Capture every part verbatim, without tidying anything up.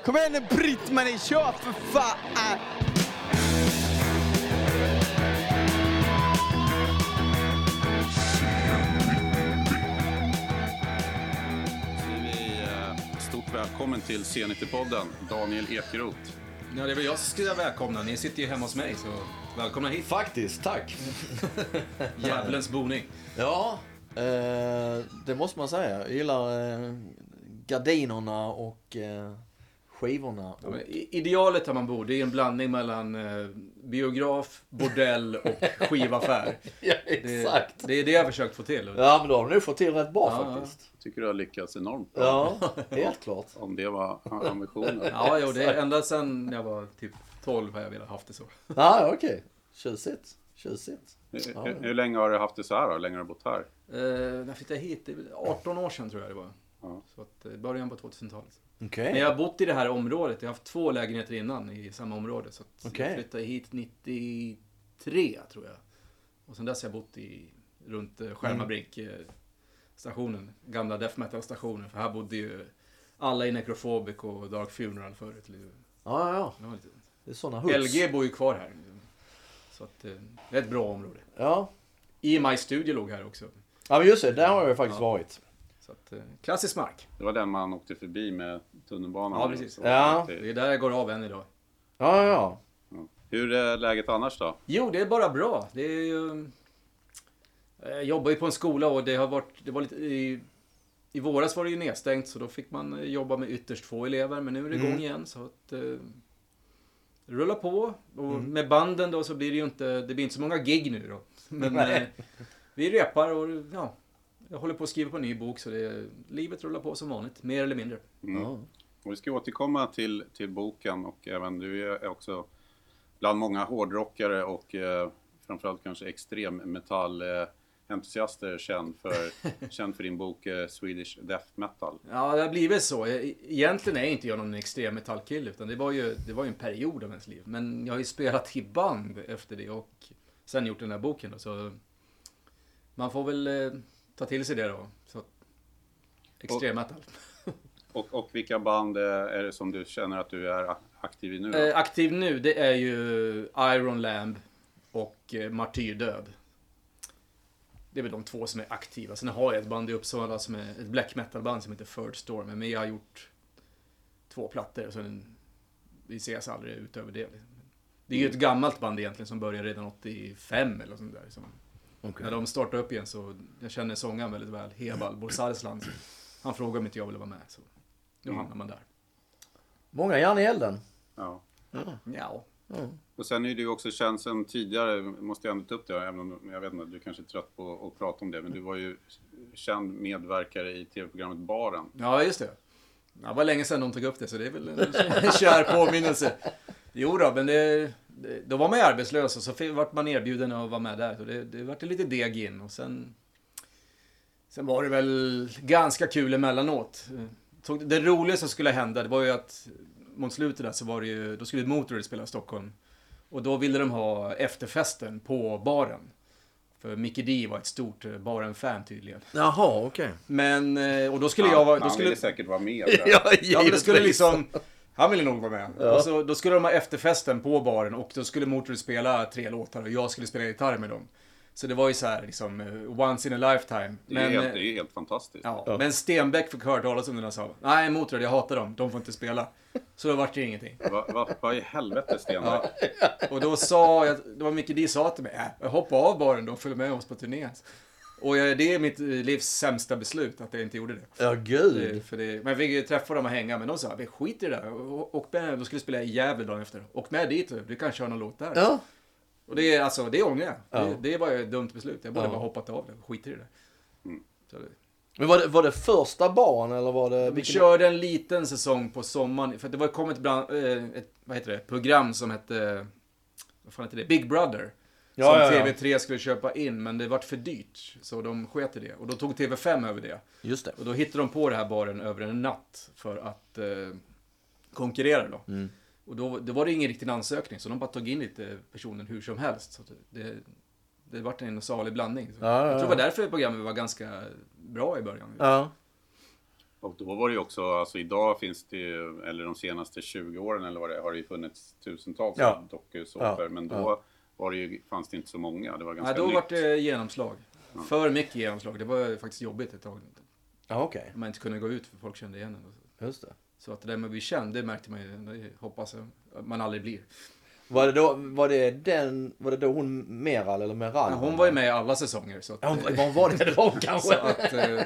Kom igen nu Britt-Marie, kör för fan! Stort välkommen till C nittio-podden, Daniel Ekeroth. Ja, det är väl jag som ska välkomna. Ni sitter ju hemma hos mig, så välkomna hit. Faktiskt, tack. Jävlens boning. Ja, eh, det måste man säga. Jag gillar eh, gardinerna och eh, skivorna. Och... Ja, idealet där man bor, det är en blandning mellan eh, biograf, bordell och skivaffär. Ja, exakt. Det, det är det jag har försökt få till. Ja, men då har du nog fått till rätt bra ja, faktiskt. Tycker du har lyckats enormt bra. Ja, helt klart. Om det var ambitionen. Ja, jo, det är ända sedan jag var typ tolv har jag velat haft det så. Ja, okej. Okay. Tjusigt. Tjusigt. Ja. Hur, hur länge har du haft det så här då? Hur länge har du bott här? Eh, när jag flyttade hit, det är arton år sedan tror jag det var. Ja. Så att, eh, början på tvåtusentalet. Okay. Men jag har bott i det här området. Jag har haft två lägenheter innan i samma område. Så att okay. jag flyttade hit nittiotre tror jag. Och sen dess har jag bott i runt Skärmarbrink mm. stationen. Gamla death metal stationen. För här bodde ju alla i Necrophobic och Dark Funeral förut. Ja, ja, ja. Lite... Det är såna hoods. L G bor ju kvar här. Så att det är ett bra område. Ja. E M I Studio låg här också. Ja, men just det. Där har jag faktiskt ja. varit. Så att, klassisk mark. Det var den man åkte förbi med tunnelbanan. Ja, precis. Ja. Det är där jag går av än idag. Ja, ja, ja. Hur är läget annars då? Jo, det är bara bra. Det är ju... Jag jobbar ju på en skola och det har varit... Det var lite... I, i våras var det ju nedstängt så då fick man jobba med ytterst få elever. Men nu är det igång mm. igen så att... Uh, rulla på. Och mm. med banden då så blir det ju inte... Det blir inte så många gig nu då. Men uh, vi repar och ja... Jag håller på att skriva på en ny bok så det, livet rullar på som vanligt, mer eller mindre. Mm. Och vi ska återkomma till, till boken och även du är också bland många hårdrockare och eh, framförallt kanske extremmetallentusiaster känd för, känd för din bok eh, Swedish Death Metal. Ja, det har blivit så. Egentligen är inte jag någon extremmetallkille utan det var ju, det var ju en period av ens liv. Men jag har ju spelat i band efter det och sen gjort den här boken då, så man får väl... Eh, ta till sig det då. Så extrem metal. Och, och vilka band är det som du känner att du är aktiv i nu då? Eh, aktiv nu, det är ju Iron Lamb och eh, Martyrdöd. Det är väl de två som är aktiva. Sen har jag ett band i Uppsala som är ett black metal band som heter Third Storm. Men jag har gjort två plattor så den, vi ses aldrig utöver det. Det är ju ett gammalt band egentligen som började redan åttiofem eller sånt där. Som okay. När de startade upp igen så jag känner sångaren väldigt väl, Hebal Borsarsland. Han frågade om inte jag ville vara med så nu mm. hamnar man där. Många järn i elden. Ja. Ja. ja. Mm. Och sen är du också känd sen tidigare, måste jag ändå ta upp det, även om jag vet inte, du kanske är trött på att prata om det, men du var ju känd medverkare i tv-programmet Baren. Ja, just det. Det var länge sedan de tog upp det så det är väl en kär påminnelse. Jo då, men det, det, då var man ju arbetslös och så vart man erbjuden att vara med där. Så det, det vart lite deg in och sen, sen var det väl ganska kul emellanåt. Det roliga som skulle hända, det var ju att mot slutet där så var det ju, då skulle Motörhead spela i Stockholm. Och då ville de ha efterfesten på baren. För Mickey D var ett stort Baren-fan tydligen. Jaha, okej. Okay. Men, och då skulle ja, jag vara... Han skulle... ville säkert vara med. ja, ja, men det skulle liksom... Han ville nog vara med. Ja. Och så, då skulle de ha efterfesten på baren och då skulle Motörhead spela tre låtar och jag skulle spela gitarr med dem. Så det var ju så här liksom once in a lifetime. Det är, men, helt, det är helt fantastiskt. Ja, ja. Men Stenbeck fick höra talas om den och sa nej, Motörhead, jag hatar dem. De får inte spela. Så då var det ingenting. Vad va, va i helvete Stenbeck? Ja. Och då sa jag, det var mycket de sa till mig, äh, jag hoppar av baren då och följer med oss på turné. Och jag, det är mitt livs sämsta beslut att jag inte gjorde det. Ja, gud. Det, för det, men jag fick träffa dem och hänga, men de sa, vi skiter i det där. Och, och med, då skulle spela i Gävle dagen efter. Och med dit, du kanske har någon låt där. Ja. Och det är alltså, det ångrar jag. Ja. Det, det var ju ett dumt beslut. Jag borde ja. bara hoppat av det. Skiter i det. Mm. Så det. Men var det, var det första barn eller var det... Vi vilken... körde en liten säsong på sommaren. För det var kommit ett, ett vad heter det, program som hette, vad fan heter det, Big Brother. Ja, som ja, ja. T V tre skulle köpa in, men det vart för dyrt. Så de sket i det. Och då tog T V fem över det. Just det. Och då hittade de på det här baren över en natt för att eh, konkurrera då. Mm. Och då, då var det ingen riktig ansökning, så de bara tog in lite personer hur som helst. Så det, det vart en salig blandning. Så Ja, ja, jag tror det ja. var därför programmet var ganska bra i början. Ja. Och då var det ju också, alltså idag finns det ju, eller de senaste tjugo åren eller vad det är, har det ju funnits tusentals Ja. dokusåpor. Ja. Men då Ja. var det ju, fanns det inte så många. Det var ganska Nej, då nytt. var det genomslag. För mycket genomslag. Det var faktiskt jobbigt ett tag. Ja, okej. Man inte kunde gå ut för folk kände igen en. Just det. Så att det där med att bli känd, det märkte man ju. Det hoppas jag man aldrig blir. Var det då, var det den, var det då hon Meral eller Meral? Ja, hon var ju med i alla säsonger. Så att, Ja, hon, vad var det då kanske? så att, eh,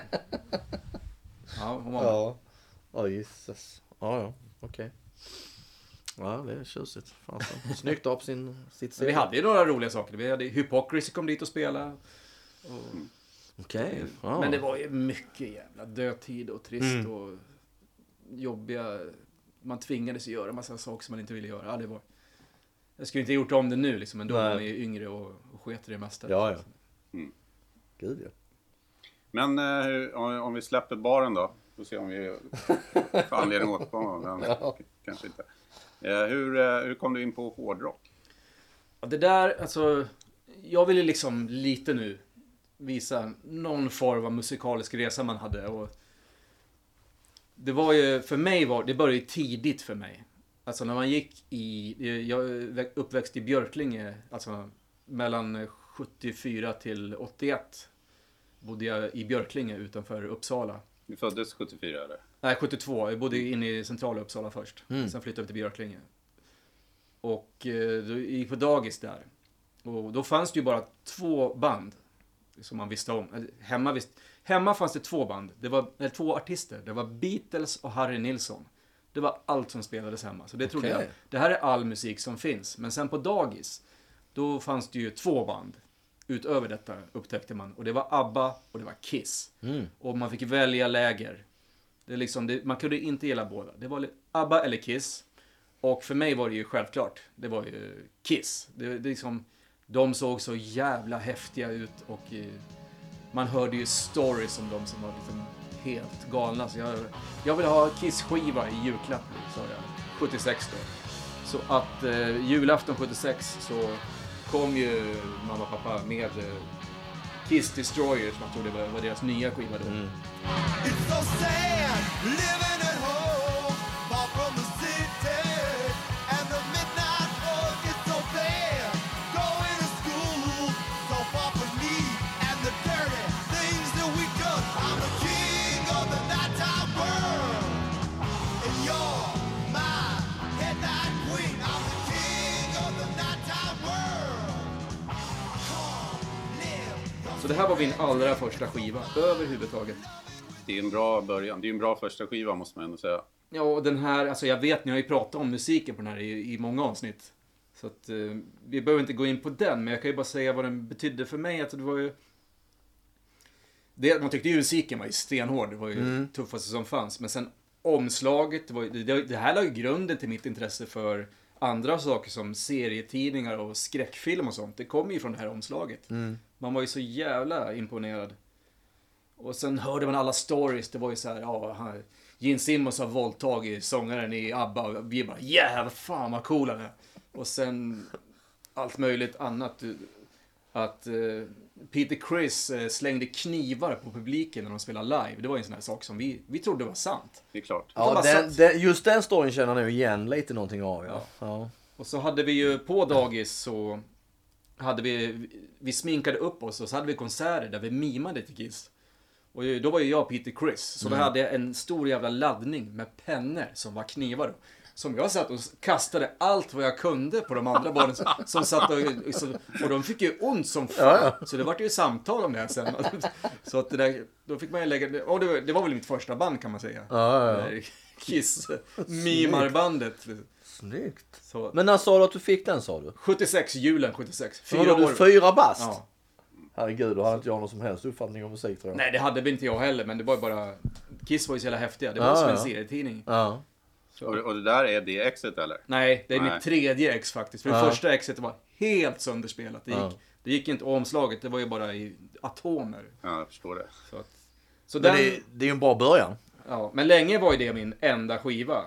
ja, hon var med. Ja. Ja, gisses. Ja, ja. Okej. Ja, det är tjusigt. Fan, så. Snyggt av sin, sitt Men vi hade ju några roliga saker. Vi hade Hypocrisy kom dit och spela. Och, Okej. Ja. Men det var ju mycket jävla dödtid och trist Mm. och jobbiga. Man tvingades göra en massa saker som man inte ville göra. Ja, det var... Jag skulle inte ha gjort om det nu liksom, men då Nej. var man ju yngre och, och sket i det mesta. Ja, ja. Mm. Gud, ja. Men eh, hur- om, om vi släpper baren då. Får se om vi får anledning att återkomma. Men Ja. kanske inte. Eh, hur, eh, hur kom du in på hårdrock? Ja, det där, alltså... Jag ville liksom lite nu visa någon form av musikalisk resa man hade. Och det var ju, för mig var, det började ju tidigt för mig. Alltså när man gick i, jag är uppväxt i Björklinge, alltså mellan sjuttiofyra till åttioett bodde jag i Björklinge utanför Uppsala. Du föddes sjuttiofyra eller? Nej, sjuttiotvå. Jag bodde inne i centrala Uppsala först. Mm. Sen flyttade jag till Björklinge. Och eh, då gick på dagis där. Och då fanns det ju bara två band som man visste om. Eller, Hemma, visst, hemma fanns det två band. Det var eller, två artister. Det var Beatles och Harry Nilsson. Det var allt som spelades hemma. Så det trodde Okej. jag. Det här är all musik som finns. Men sen på dagis, då fanns det ju två band. Utöver detta upptäckte man. Och det var ABBA och det var Kiss. Mm. Och man fick välja läger. Det är liksom, det, man kunde inte gilla båda. Det var ABBA eller Kiss. Och för mig var det ju självklart. Det var ju Kiss. Det, det liksom, de såg så jävla häftiga ut. Och eh, man hörde ju stories om dem som var liksom helt galna. Så jag, jag ville ha Kiss-skiva i julklapp, sa jag. sjuttiosex då. Så att eh, julafton sjuttiosex så kom ju mamma och pappa med eh, Kiss Destroyer, som jag trodde var, var deras nya skiva då. Mm. It's so sad living at home, far from the city, and the midnight oil gets so bad. Going to school, so far from me, and the dirty things that we done. I'm the king of the nighttime world, and you're my headlight queen. I'm the king of the nighttime world. Come, live. Så det här var min allra första skiva överhuvudtaget. Det är en bra början. Det är en bra första skiva måste man ändå säga. Ja, och den här, alltså jag vet, ni har ju pratat om musiken på den här i, i många avsnitt. Så att eh, vi behöver inte gå in på den, men jag kan ju bara säga vad den betydde för mig. Att det var ju... Det, man tyckte ju musiken var ju stenhård, det var ju Mm. tuffaste som fanns. Men sen omslaget, det, var, ju- det, det här la ju grunden till mitt intresse för andra saker som serietidningar och skräckfilm och sånt. Det kom ju från det här omslaget. Mm. Man var ju så jävla imponerad. Och sen hörde man alla stories. Det var ju så här, ja, han, Gene Simmons har våldtagit sångaren i ABBA. Och vi bara, yeah, fan vad cool han är. Och sen allt möjligt annat. Att uh, Peter Criss uh, slängde knivar på publiken när de spelade live. Det var ju en sån här sak som vi, vi trodde var sant. Det är klart. De Ja, bara den, satt- den, just den storyn känner jag nu igen lite någonting av. Ja. Ja. Och så hade vi ju på dagis så hade vi, vi sminkade upp oss och så hade vi konserter där vi mimade till Kiss. Och då var ju jag Peter Criss. Så då hade jag en stor jävla laddning med pennor som var knivar då. Som jag satt och kastade allt vad jag kunde på de andra barnen som, som satt och, så, och de fick ju ont som fan. Så det var ju samtal om det här sen. Så att det där, då fick man ju lägga, och det, var, det var väl mitt första band kan man säga. Ja, ja, ja. Det där Kiss mimarbandet. Snyggt. Så, Men när sa du att du fick den, sa du? sjuttiosex, julen sjuttiosex. Fyra Fyra var år. du fyra bast? Ja. Herregud, då hade inte jag någon som helst uppfattning om musik, tror jag. Nej, det hade väl inte jag heller, men det var ju bara... Kiss var ju så jävla häftiga. Det var Ja, som en ja. serietidning. Ja. Och, och det där är det exet eller? Nej, det är Nej. mitt tredje ex faktiskt. För Ja. det första exet var helt sönderspelat. Det gick, Ja. det gick inte omslaget, det var ju bara i atomer. Ja, jag förstår det. Så, att, så Men den, det, det är ju en bra början. ja, men länge var ju det min enda skiva.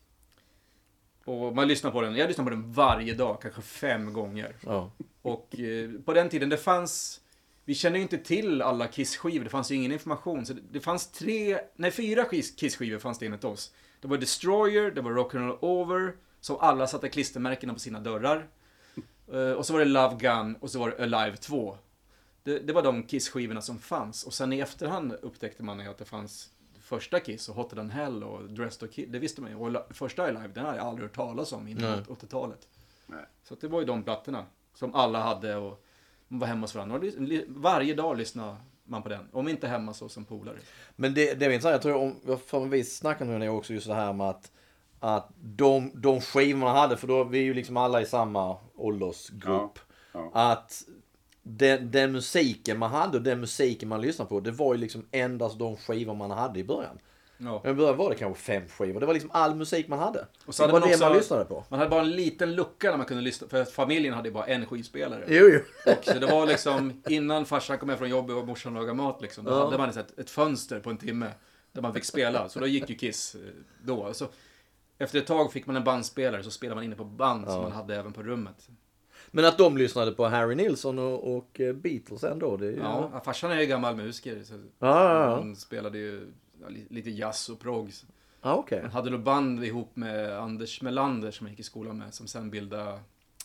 Och man lyssnar på den, jag lyssnar på den varje dag, kanske fem gånger. Ja. Och eh, på den tiden, det fanns vi kände ju inte till alla Kiss-skivor. Det fanns ju ingen information. Så det, det fanns tre, nej fyra Kiss-skivor fanns det enligt oss. Det var Destroyer, det var Rock'n'Roll Over, som alla satte klistermärkena på sina dörrar. Uh, och så var det Love Gun och så var det Alive två. Det, det var de Kiss-skivorna som fanns. Och sen i efterhand upptäckte man ju att det fanns första Kiss och Hotter Than Hell och Dressed to Kill. Det visste man ju. Och la, första Alive, den har jag aldrig hört talas om innan åttiotalet. Nej. Så att det var ju de plattorna som alla hade och man var hemma hos varandra. Och li, varje dag lyssnade man på den. Om inte hemma så som polare. Men det, det är inte så, jag tror om, för vi snackade om det också just det här med att, att de, de skivorna hade, för då vi är ju liksom alla i samma åldersgrupp, ja, ja. att den, den musiken man hade och den musiken man lyssnade på, det var ju liksom endast de skivor man hade i början. Ja. Men i början var det kanske fem skivor. Det var liksom all musik man hade. Och så det hade var man det också, man lyssnade på. Man hade bara en liten lucka när man kunde lyssna. För familjen hade ju bara en skivspelare. Jo, jo. Och så det var liksom innan farsan kom hem från jobbet och morsan lagade mat liksom. Då Ja. hade man ett, ett fönster på en timme där man fick spela. Så då gick ju Kiss eh, då. Så efter ett tag fick man en bandspelare så spelade man inne på band Ja. som man hade även på rummet. Men att de lyssnade på Harry Nilsson och, och Beatles ändå, det är ju... Ja, farsan är ju gammal musiker. Så ja, ja, ja. han spelade ju ja, li- lite jazz och prog. Ja, okej. Han hade då band ihop med Anders Melander som jag gick i skolan med. Som sen bildade,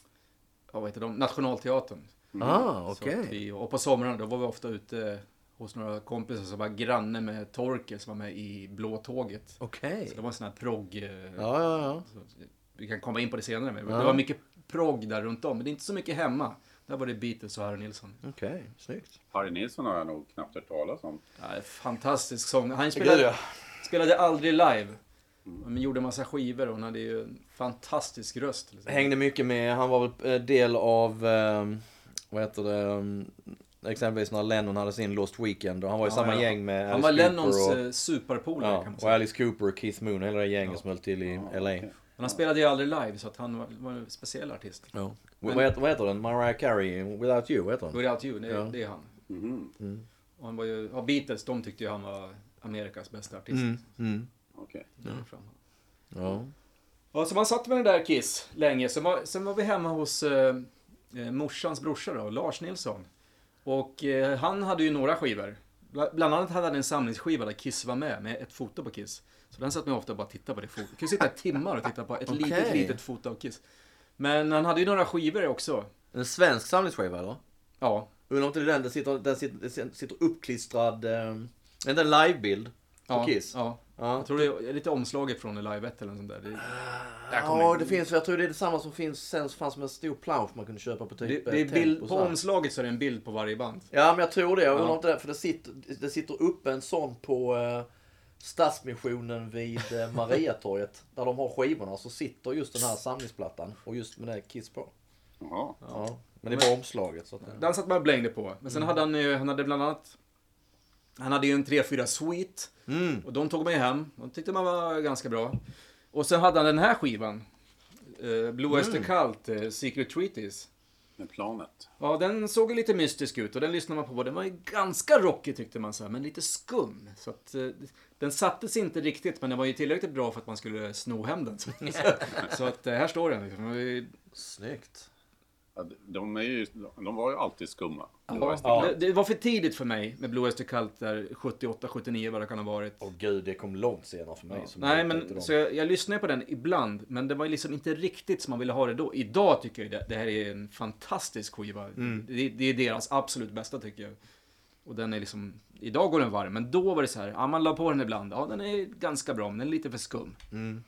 ja, vad heter de? Nationalteatern. Ah, Så okej. att vi, och på somrarna då var vi ofta ute hos några kompisar som var granne med Torkel som var med i Blå tåget. Okej. Så det var en sån här progg. eh, Ja, ja, ja. så vi kan komma in på det senare. Men Ja. det var mycket progg där runt om. Men det är inte så mycket hemma. Där var det Beatles och Harry Nilsson. Okej, snyggt. Harry Nilsson har jag nog knappt hört talas om. Ja, fantastisk sång. Han Gud, spelade, ja. spelade aldrig live. Men gjorde en massa skivor och han hade ju en fantastisk röst. Liksom. Hängde mycket med, han var väl eh, del av, eh, vad heter det, um, exempelvis när Lennon hade sin Lost Weekend och han var i Ja, samma ja. gäng med Han Alice var Cooper Lennons och, eh, superpolare ja, kan man och säga. Alice Cooper och Keith Moon, hela det gänget som höll till i L A. okej. Men han spelade ju aldrig live så att han var, var en speciell artist. Ja. Men- Vad, heter, vad heter den? Mariah Carey, Without You, vad heter den? Without You, det, Ja. det är han. Mhm, Och han var ju, ja, Beatles, de tyckte ju han var Amerikas bästa artist. Mm, mm. okej. Mm. Fram. Ja. Ja, så man satt med den där Kiss länge. Sen var, sen var vi hemma hos eh, eh, morsans brorsa då, Lars Nilsson. Och eh, han hade ju några skivor. Bla- Bland annat hade han en samlingsskiva där Kiss var med, med ett foto på Kiss. Så den satt man ofta och bara titta på det fotot. Kunde sitta i timmar och titta på ett Okej. litet, litet foto av Kiss. Men han hade ju några skivor också. En svensk samlingsskiva eller? Ja, Undrar om inte det är den, det sitter, den sitter, det sitter uppklistrad, eh, inte en livebild på ja, Kiss. ja. Ja. Jag tror det är lite omslaget från en Live ett eller något sånt där. Det, där kommer Ja, in. det finns, jag tror det är detsamma som finns, sen fanns som en stor plansch man kunde köpa på typ det, det är Tempo bild, och på så här. omslaget så är det en bild på varje band. Ja, men jag tror det. Jag undrar Ja. inte det, för det sitter, det sitter uppe en sån på eh, Stadsmissionen vid eh, Mariatorget. Där de har skivorna, så sitter just den här samlingsplattan och just med det Kiss på. Jaha. Ja. Men det är bara omslaget. Så att, Den satt man och blängde på. Men sen Mm. hade han ju, han hade bland annat, han hade ju en tre fyra Suite. mm. Och de tog man ju hem. De tyckte man var ganska bra. Och sen hade han den här skivan. Eh, Blue Oyster Mm. Cult, eh, Secret Treaties. Med planet. Ja, den såg ju lite mystisk ut och den lyssnade man på. Den var ju ganska rockig tyckte man så här, men lite skum. Så att, eh, den sattes inte riktigt, men den var ju tillräckligt bra för att man skulle sno hem den. Så, så att eh, här står den. Liksom. Den var ju- Snyggt. Ja, de, är ju, de var ju alltid skumma. Ja, Ja. det, det var för tidigt för mig med Blue Oyster Cult där sjuttioåtta sjuttionio vad det kan ha varit. Åh gud, det kom långt senare för mig. Ja. Som Nej, jag upptäckte men dem. så jag, jag lyssnade på den ibland, men det var liksom inte riktigt som man ville ha det då. Idag tycker jag det, det här är en fantastisk skiva. Mm. Det, det är deras absolut bästa tycker jag. Och den är liksom, idag går den varm, men då var det så här, ja man la på den ibland. Ja, den är ganska bra, men den är lite för skum. Mm.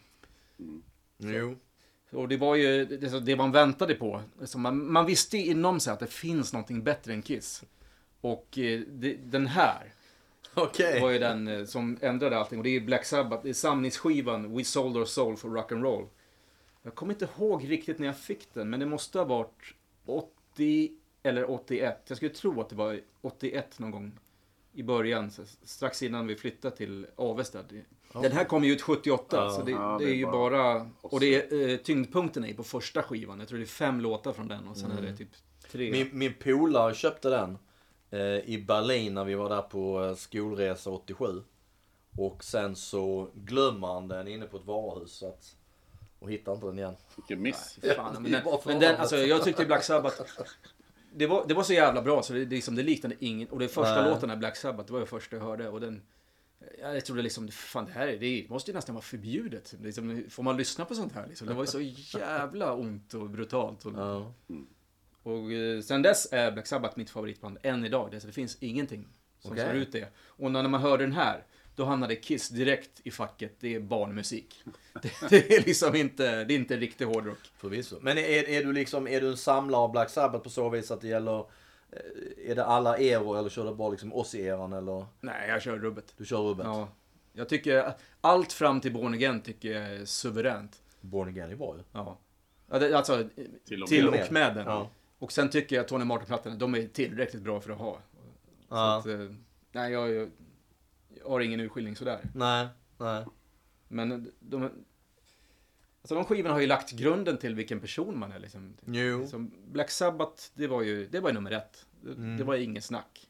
Jo. Och det var ju det, det man väntade på. Alltså man, man visste inom sig att det finns någonting bättre än Kiss. Och eh, det, den här Okej. var ju den eh, som ändrade allting. Och det är Black Sabbath, det är samlingsskivan We Sold Our Soul for Rock and Roll. Jag kommer inte ihåg riktigt när jag fick den, men det måste ha varit åttio eller åttioett. Jag skulle tro att det var åttioett någon gång i början, så strax innan vi flyttade till Avesta. Den här kom ju ut sjuttioåtta, Ja, så det, ja, det det är är ju bara- bara... Och det är, eh, tyngdpunkten är på första skivan. Jag tror det är fem låtar från den och sen är det typ tre. Min, min polare köpte den eh, i Berlin när vi var där på eh, skolresa åttiosju. Och sen så glömmer han den inne på ett varuhus så att, och hittar inte den igen. Vilken miss. Fan, men Det är bara den, för men den, honom. alltså, jag tyckte Black Sabbath det, var, det var så jävla bra så det, det, liksom, det liknade ingen. Och det första Nej. låten är Black Sabbath, det var det första jag hörde. Och den, jag trodde liksom, fan det här är, det måste ju nästan vara förbjudet. Liksom, får man lyssna på sånt här? Liksom? Det var ju så jävla ont och brutalt. Och, Ja. och eh, sen dess är Black Sabbath mitt favoritband än idag. Det, så det finns ingenting som Okej. slår ut det. Och när man hör den här, då hamnade Kiss direkt i facket. Det är barnmusik. Det, det är liksom inte, det är inte riktig hårdrock. Förvisso. Men är, är du liksom, är du en samlare av Black Sabbath på så vis att det gäller, eh, är det alla eror eller kör du bara liksom Ozzy-eran eller? Nej, jag kör rubbet. Du kör rubbet? Ja. Jag tycker, allt fram till Born Again tycker jag är suveränt. Born Again är bra ju. Ja. Ja, det, alltså, Till och till med. och med den. Ja. Och sen tycker jag att Tony Martin-plattorna, de är tillräckligt bra för att ha. Ja. Så att, eh, nej, jag, jag, jag har ingen urskiljning sådär. Nej, nej. Men de, alltså de skivorna har ju lagt grunden till vilken person man är. Liksom. Jo. Liksom Black Sabbath, det var ju, det var ju nummer ett. Det, Mm. det var inget snack.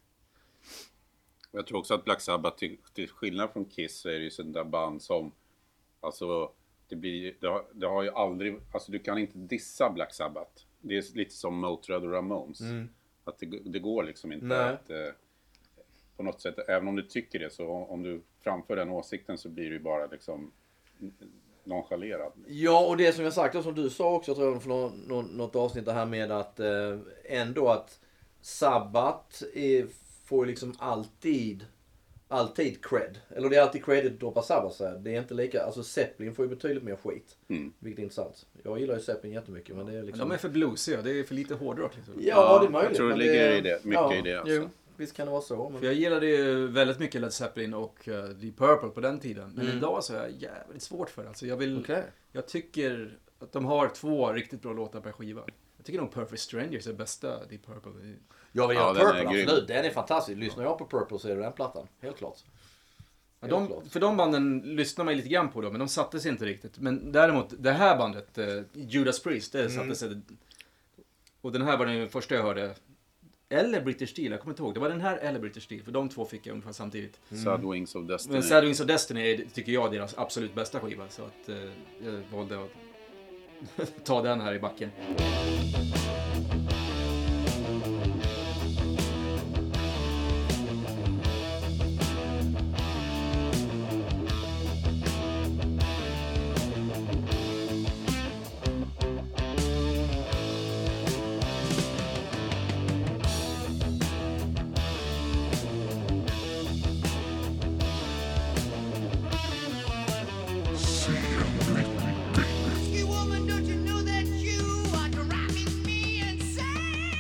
Jag tror också att Black Sabbath, till, till skillnad från Kiss, så är det ju sådana där band som, alltså, det blir, det har, det har ju aldrig, alltså du kan inte dissa Black Sabbath. Det är lite som Motörhead och Ramones. Mm. Att det, det går liksom inte Nej. att, eh, på något sätt, även om du tycker det, så om, om du framför den åsikten så blir du ju bara liksom nonchalerad. Ja, och det som jag sagt, och som du sa också, tror jag, för något, något, något avsnitt det här med att eh, ändå att Sabbath är, får ju liksom alltid, alltid cred. Eller det är alltid credit att droppa Sabbath så här. Det är inte lika, alltså Zeppelin får ju betydligt mer skit. Mm. Vilket är intressant. Jag gillar ju Zeppelin jättemycket, men det är Men liksom... de är för bluesiga, det är för lite hårdrock. Liksom. Ja, det är möjligt. Jag tror det men ligger i det, mycket ja, i det alltså. Jo, visst kan det vara så. Men... För jag gillade ju väldigt mycket Led Zeppelin och uh, Deep Purple på den tiden. Men Mm. idag så är jag jävligt svårt för det. Alltså jag vill, Okej. jag tycker att de har två riktigt bra låtar per skiva. Jag tycker nog Perfect Strangers är bästa Deep Purple. Jag vill Ja, göra den är Purple, grym. absolut. Den är fantastisk. Lyssnar jag på Purple så är det den plattan. Helt klart. Ja, Helt de, klart. för de banden lyssnar man ju lite grann på då, men de satte sig inte riktigt. Men däremot, det här bandet, eh, Judas Priest, det satte Mm. sig. Och den här var den första jag hörde. Eller British Steel, jag kommer inte ihåg. Det var den här eller British Steel, för de två fick jag ungefär samtidigt. Sad Wings of Destiny. Men Sad Wings of Destiny är, tycker jag, deras absolut bästa skiva. Så att eh, jag valde att ta den här i backen. Risky woman, don't you know that you are driving me insane?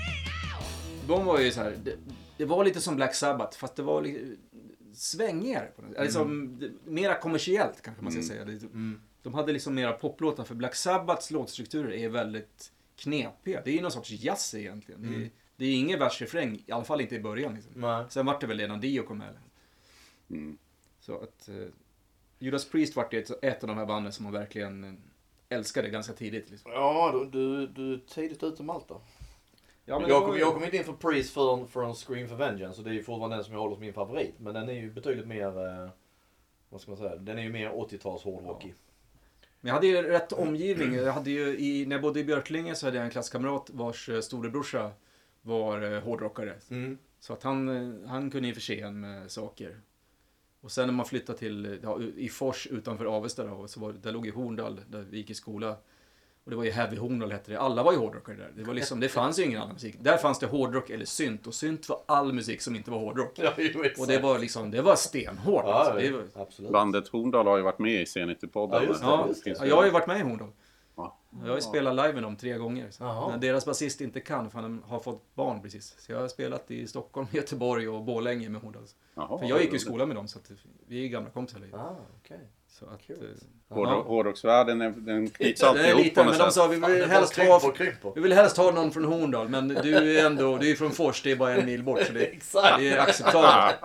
De var ju så här, det, det var lite som Black Sabbath, fast det var lite svängigare. På något sätt. Eller som, det, mera kommersiellt kanske man ska säga. Det, Mm. De hade liksom mera poplåtar, för Black Sabbaths låtstrukturer är väldigt knepiga. Det är ju någon sorts jazz egentligen. Det, är, det är ingen versrefräng, i alla fall inte i början. Liksom. Nej. Sen vart det väl redan Dio kom med. Mm. Så att eh, Judas Priest vart ett, ett av de här banden som man verkligen eh, älskade ganska tidigt. Liksom. Ja, du, du, du är tidigt ute med allt då. Ja, men jag, det kom, var- jag kom inte in för Priest förrän från Scream for Vengeance. Och det är ju fortfarande den som jag håller som min favorit. Men den är ju betydligt mer, eh, vad ska man säga, den är ju mer åttio-tals hårdrockig. Men jag hade ju rätt omgivning. Jag hade ju i, när jag bodde i Björklinge så hade jag en klasskamrat vars eh, storebrorsa var eh, hårdrockare. Mm. Så att han, eh, han kunde ju förse en med saker. Och sen när man flyttade till, ja, i Fors utanför Avesta då, så var, där låg ju Horndal, där vi gick i skola. Och det var ju Heavy Horndal hette det. Alla var ju hårdrockare där. Det var liksom, det fanns ju ingen annan musik. Där fanns det hårdrock eller synt. Och synt var all musik som inte var hårdrock. Ja, jo, exakt. Och det var liksom, det var stenhårt. Ja, alltså. ja, Det var, absolut. Bandet Horndal har ju varit med i C nittio-podden. Ja, just det, ja, just det. ja, jag har ju varit med i Horndal. Ja. Jag har ju spelat live med dem tre gånger. Så. Jaha. När deras basist inte kan, för han har fått barn precis. Så jag har spelat i Stockholm, Göteborg och Borlänge med Horndal. Jaha, För jag gick ju i roligt. skolan med dem, så att vi är gamla kompisar. Ah, okej. Så att, Kul. eh, Hårdro- ja. Hårdrocksvärlden, är- den knyts Det alltid är ihop lite, på något men de sätt. sa vi Fan, vill det helst bara ha, krymper, krymper. vi vill helst ha någon från Horndal, men du är ändå, du är från Fors, det är bara en mil bort, så det, Exakt. det är acceptabelt.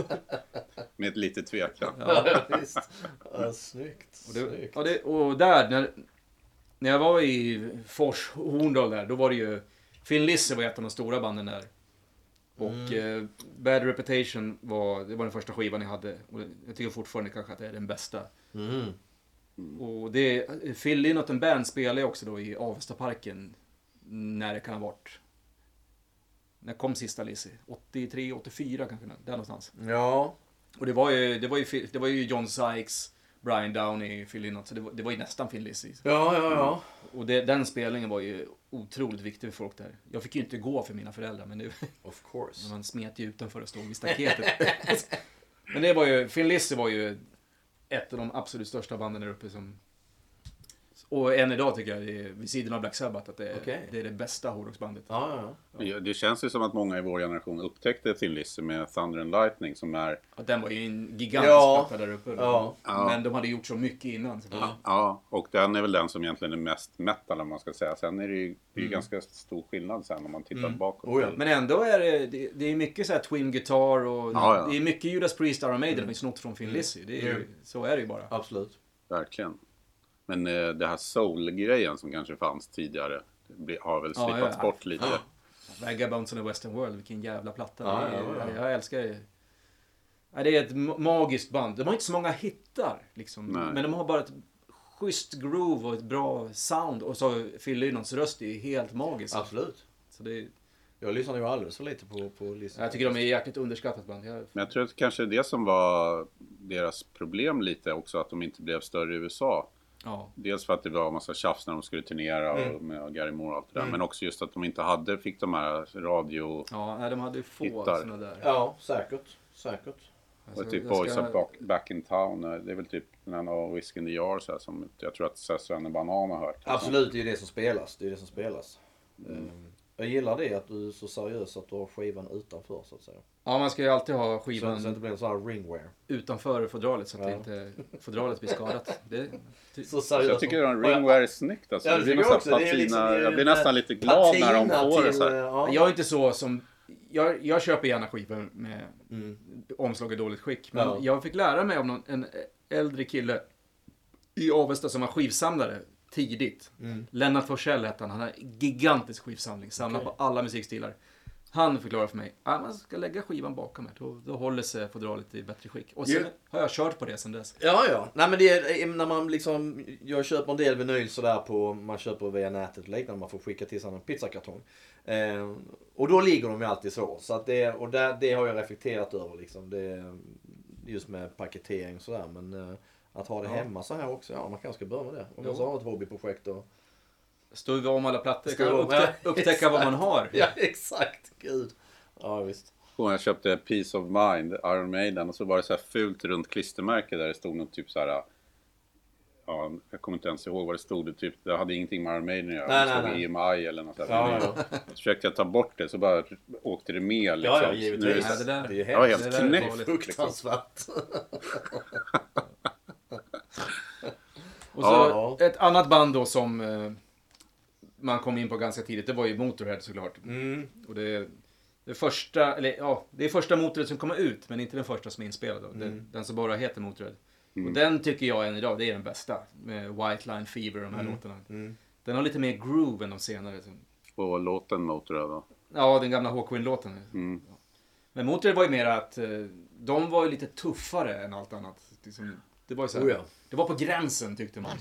Med lite tvekan. Ja, visst. Ja, snyggt. Och, det, snyggt. och, det, och där, när, när jag var i Fors, Horndal där, då var det ju, Finn Lisse var ett av de stora banden där. Och eh, Bad Reputation var, det var den första skivan jag hade. Och jag tycker fortfarande kanske att det är den bästa. Mm. Och det, Phil Lynott and Band spelade jag också då i Avestaparken. När det kan ha varit när kom sista Lizzy? åttiotre, åttiofyra kanske, där någonstans. Ja. Och det var ju, det var ju, det var ju John Sykes, Brian Downey, Phil Lynott, så det var, det var ju nästan Thin Lizzy. Ja, ja, ja. Och det, den spelningen var ju otroligt viktig för folk där. Jag fick ju inte gå för mina föräldrar, men det, Of course. man smet ju utanför och stod vid staketet. Men det var ju, Thin Lizzy var ju ett av de absolut största banden där uppe som... Och än idag tycker jag, det är, vid sidan av Black Sabbath, att det är, Okej. det, är det bästa hårdrocksbandet. Ja, ja, ja. Ja, det känns ju som att många i vår generation upptäckte Thin Lizzy med Thunder and Lightning som är... Ja, den var ju en gigantisk Ja. platta där uppe. Ja. Men de hade gjort så mycket innan. Så Ja. Ja, och den är väl den som egentligen är mest metal om man ska säga. Sen är det ju, det är ju ganska stor skillnad sen om man tittar bakåt. Oh, ja. Men ändå är det, det, det är mycket så här twin guitar och Ja, ja. det är mycket Judas Priest, Iron Maiden, de är snott från Thin Lizzy. Det är, ju- Så är det ju bara. Absolut. Verkligen. Men eh, det här soul-grejen som kanske fanns tidigare det blir- har väl Ja, slippats ja. bort lite. Vagabonds on the Western World, vilken jävla platta. Ja, det är, ja, ja. Jag älskar det. Ja, det är ett ma- magiskt band. De har inte så många hittar, liksom. Nej. Men de har bara ett schysst groove och ett bra sound. Och så Phil Lynotts röst är ju helt magisk. Absolut. Så det, Jag lyssnar ju alldeles för lite på, på Lizzy. jag tycker de är jäkligt underskattat band. Jag, Men jag tror att kanske det som var deras problem lite också, att de inte blev större i U S A. ja. Dels för att det var en massa tjafs när de skulle turnera och med Gary Moore och allt det där. Men också just att de inte hade, fick de här radio... Ja, nej, de hade ju få Hittar. såna där. Ja, säkert. Säkert. Alltså, och typ jag Boys ska- Are back, back in Town. Det är väl typ den här Whiskey in the Jar så här, som jag tror att Sven Banan har hört. Absolut, det är ju det som spelas. Det är det som spelas. Ehm, Jag gillar det att du är så seriös att du har skivan utanför så att säga. Ja, man ska ju alltid ha Så, skivan så det inte blir en sån här ringwear. utanför fodralet så att Ja. det inte fodralet blir skadat. Det, ty- Så Så seriös. jag tycker att Och jag- ringwear är snyggt alltså. Ja, det det blir tycker jag nästan också. Det är liksom- patina. det är Jag blir den nästan där lite glad när de patina får det till, så här. ja. Jag är inte så som... Jag, jag köper gärna skivor med Mm. omslag i dåligt skick. Men Ja. jag fick lära mig av någon, en äldre kille i Avesta som var skivsamlare tidigt. Mm. Lennart Forsell hette han. Han har en gigantisk skivsamling. Samlar Okej. på alla musikstilar. Han förklarar för mig att man ska lägga skivan bakom här. Då, då håller sig fodralet i bättre skick. Och sen Jo. har jag kört på det sen dess. Ja, ja. Nej, men det är när man liksom... Jag köper en del vinyl sådär på... Man köper via nätet och liknande. Man får skicka till sig en pizzakartong. Eh, och då ligger de ju alltid så. Så att det... Och där, det har jag reflekterat över liksom. Det, just med paketering och sådär. Men eh, att ha det Ja. hemma så här också. Ja, man kanske ska börja med det. Om man Jo. så har ett hobbyprojekt och... Stuva om alla plattor. Stuva Kan om, upptä- ja. upptäcka vad man har. Ja, exakt. Gud. Ja, visst. Och jag köpte Peace of Mind, Iron Maiden, och så var det så här fult runt klistermärke där det stod något typ så här. Ja, jag kommer inte ens ihåg vad det stod. Det, typ, det hade ingenting med Iron Maiden att göra. Nej, Det stod nej, nej. E M I eller något sånt. Ja, ja. Så försökte jag ta bort det så bara åkte det med liksom. Ja, ja, Nu är givetvis. det Ja, så- det där. Det är ju Det var hemskt. helt Det där är knäppt. farligt. Liksom. Fruktansvärt. Och så Ja. ett annat band då som eh, man kom in på ganska tidigt, det var ju Motorhead såklart. Mm. Och det, det första, eller ja, det är första Motorhead som kommer ut, men inte den första som är inspelad då. Mm. Den, den som bara heter Motorhead. Och den tycker jag än idag, det är den bästa. Med White Line Fever och de här låtarna. Mm. Den har lite mer groove än de senare. Och låten Motorhead då. Ja, den gamla Hawkwind-låten. Mm. Men Motorhead var ju mer att eh, de var ju lite tuffare än allt annat. Liksom, det var ju så här, Oh ja. det var på gränsen tyckte man.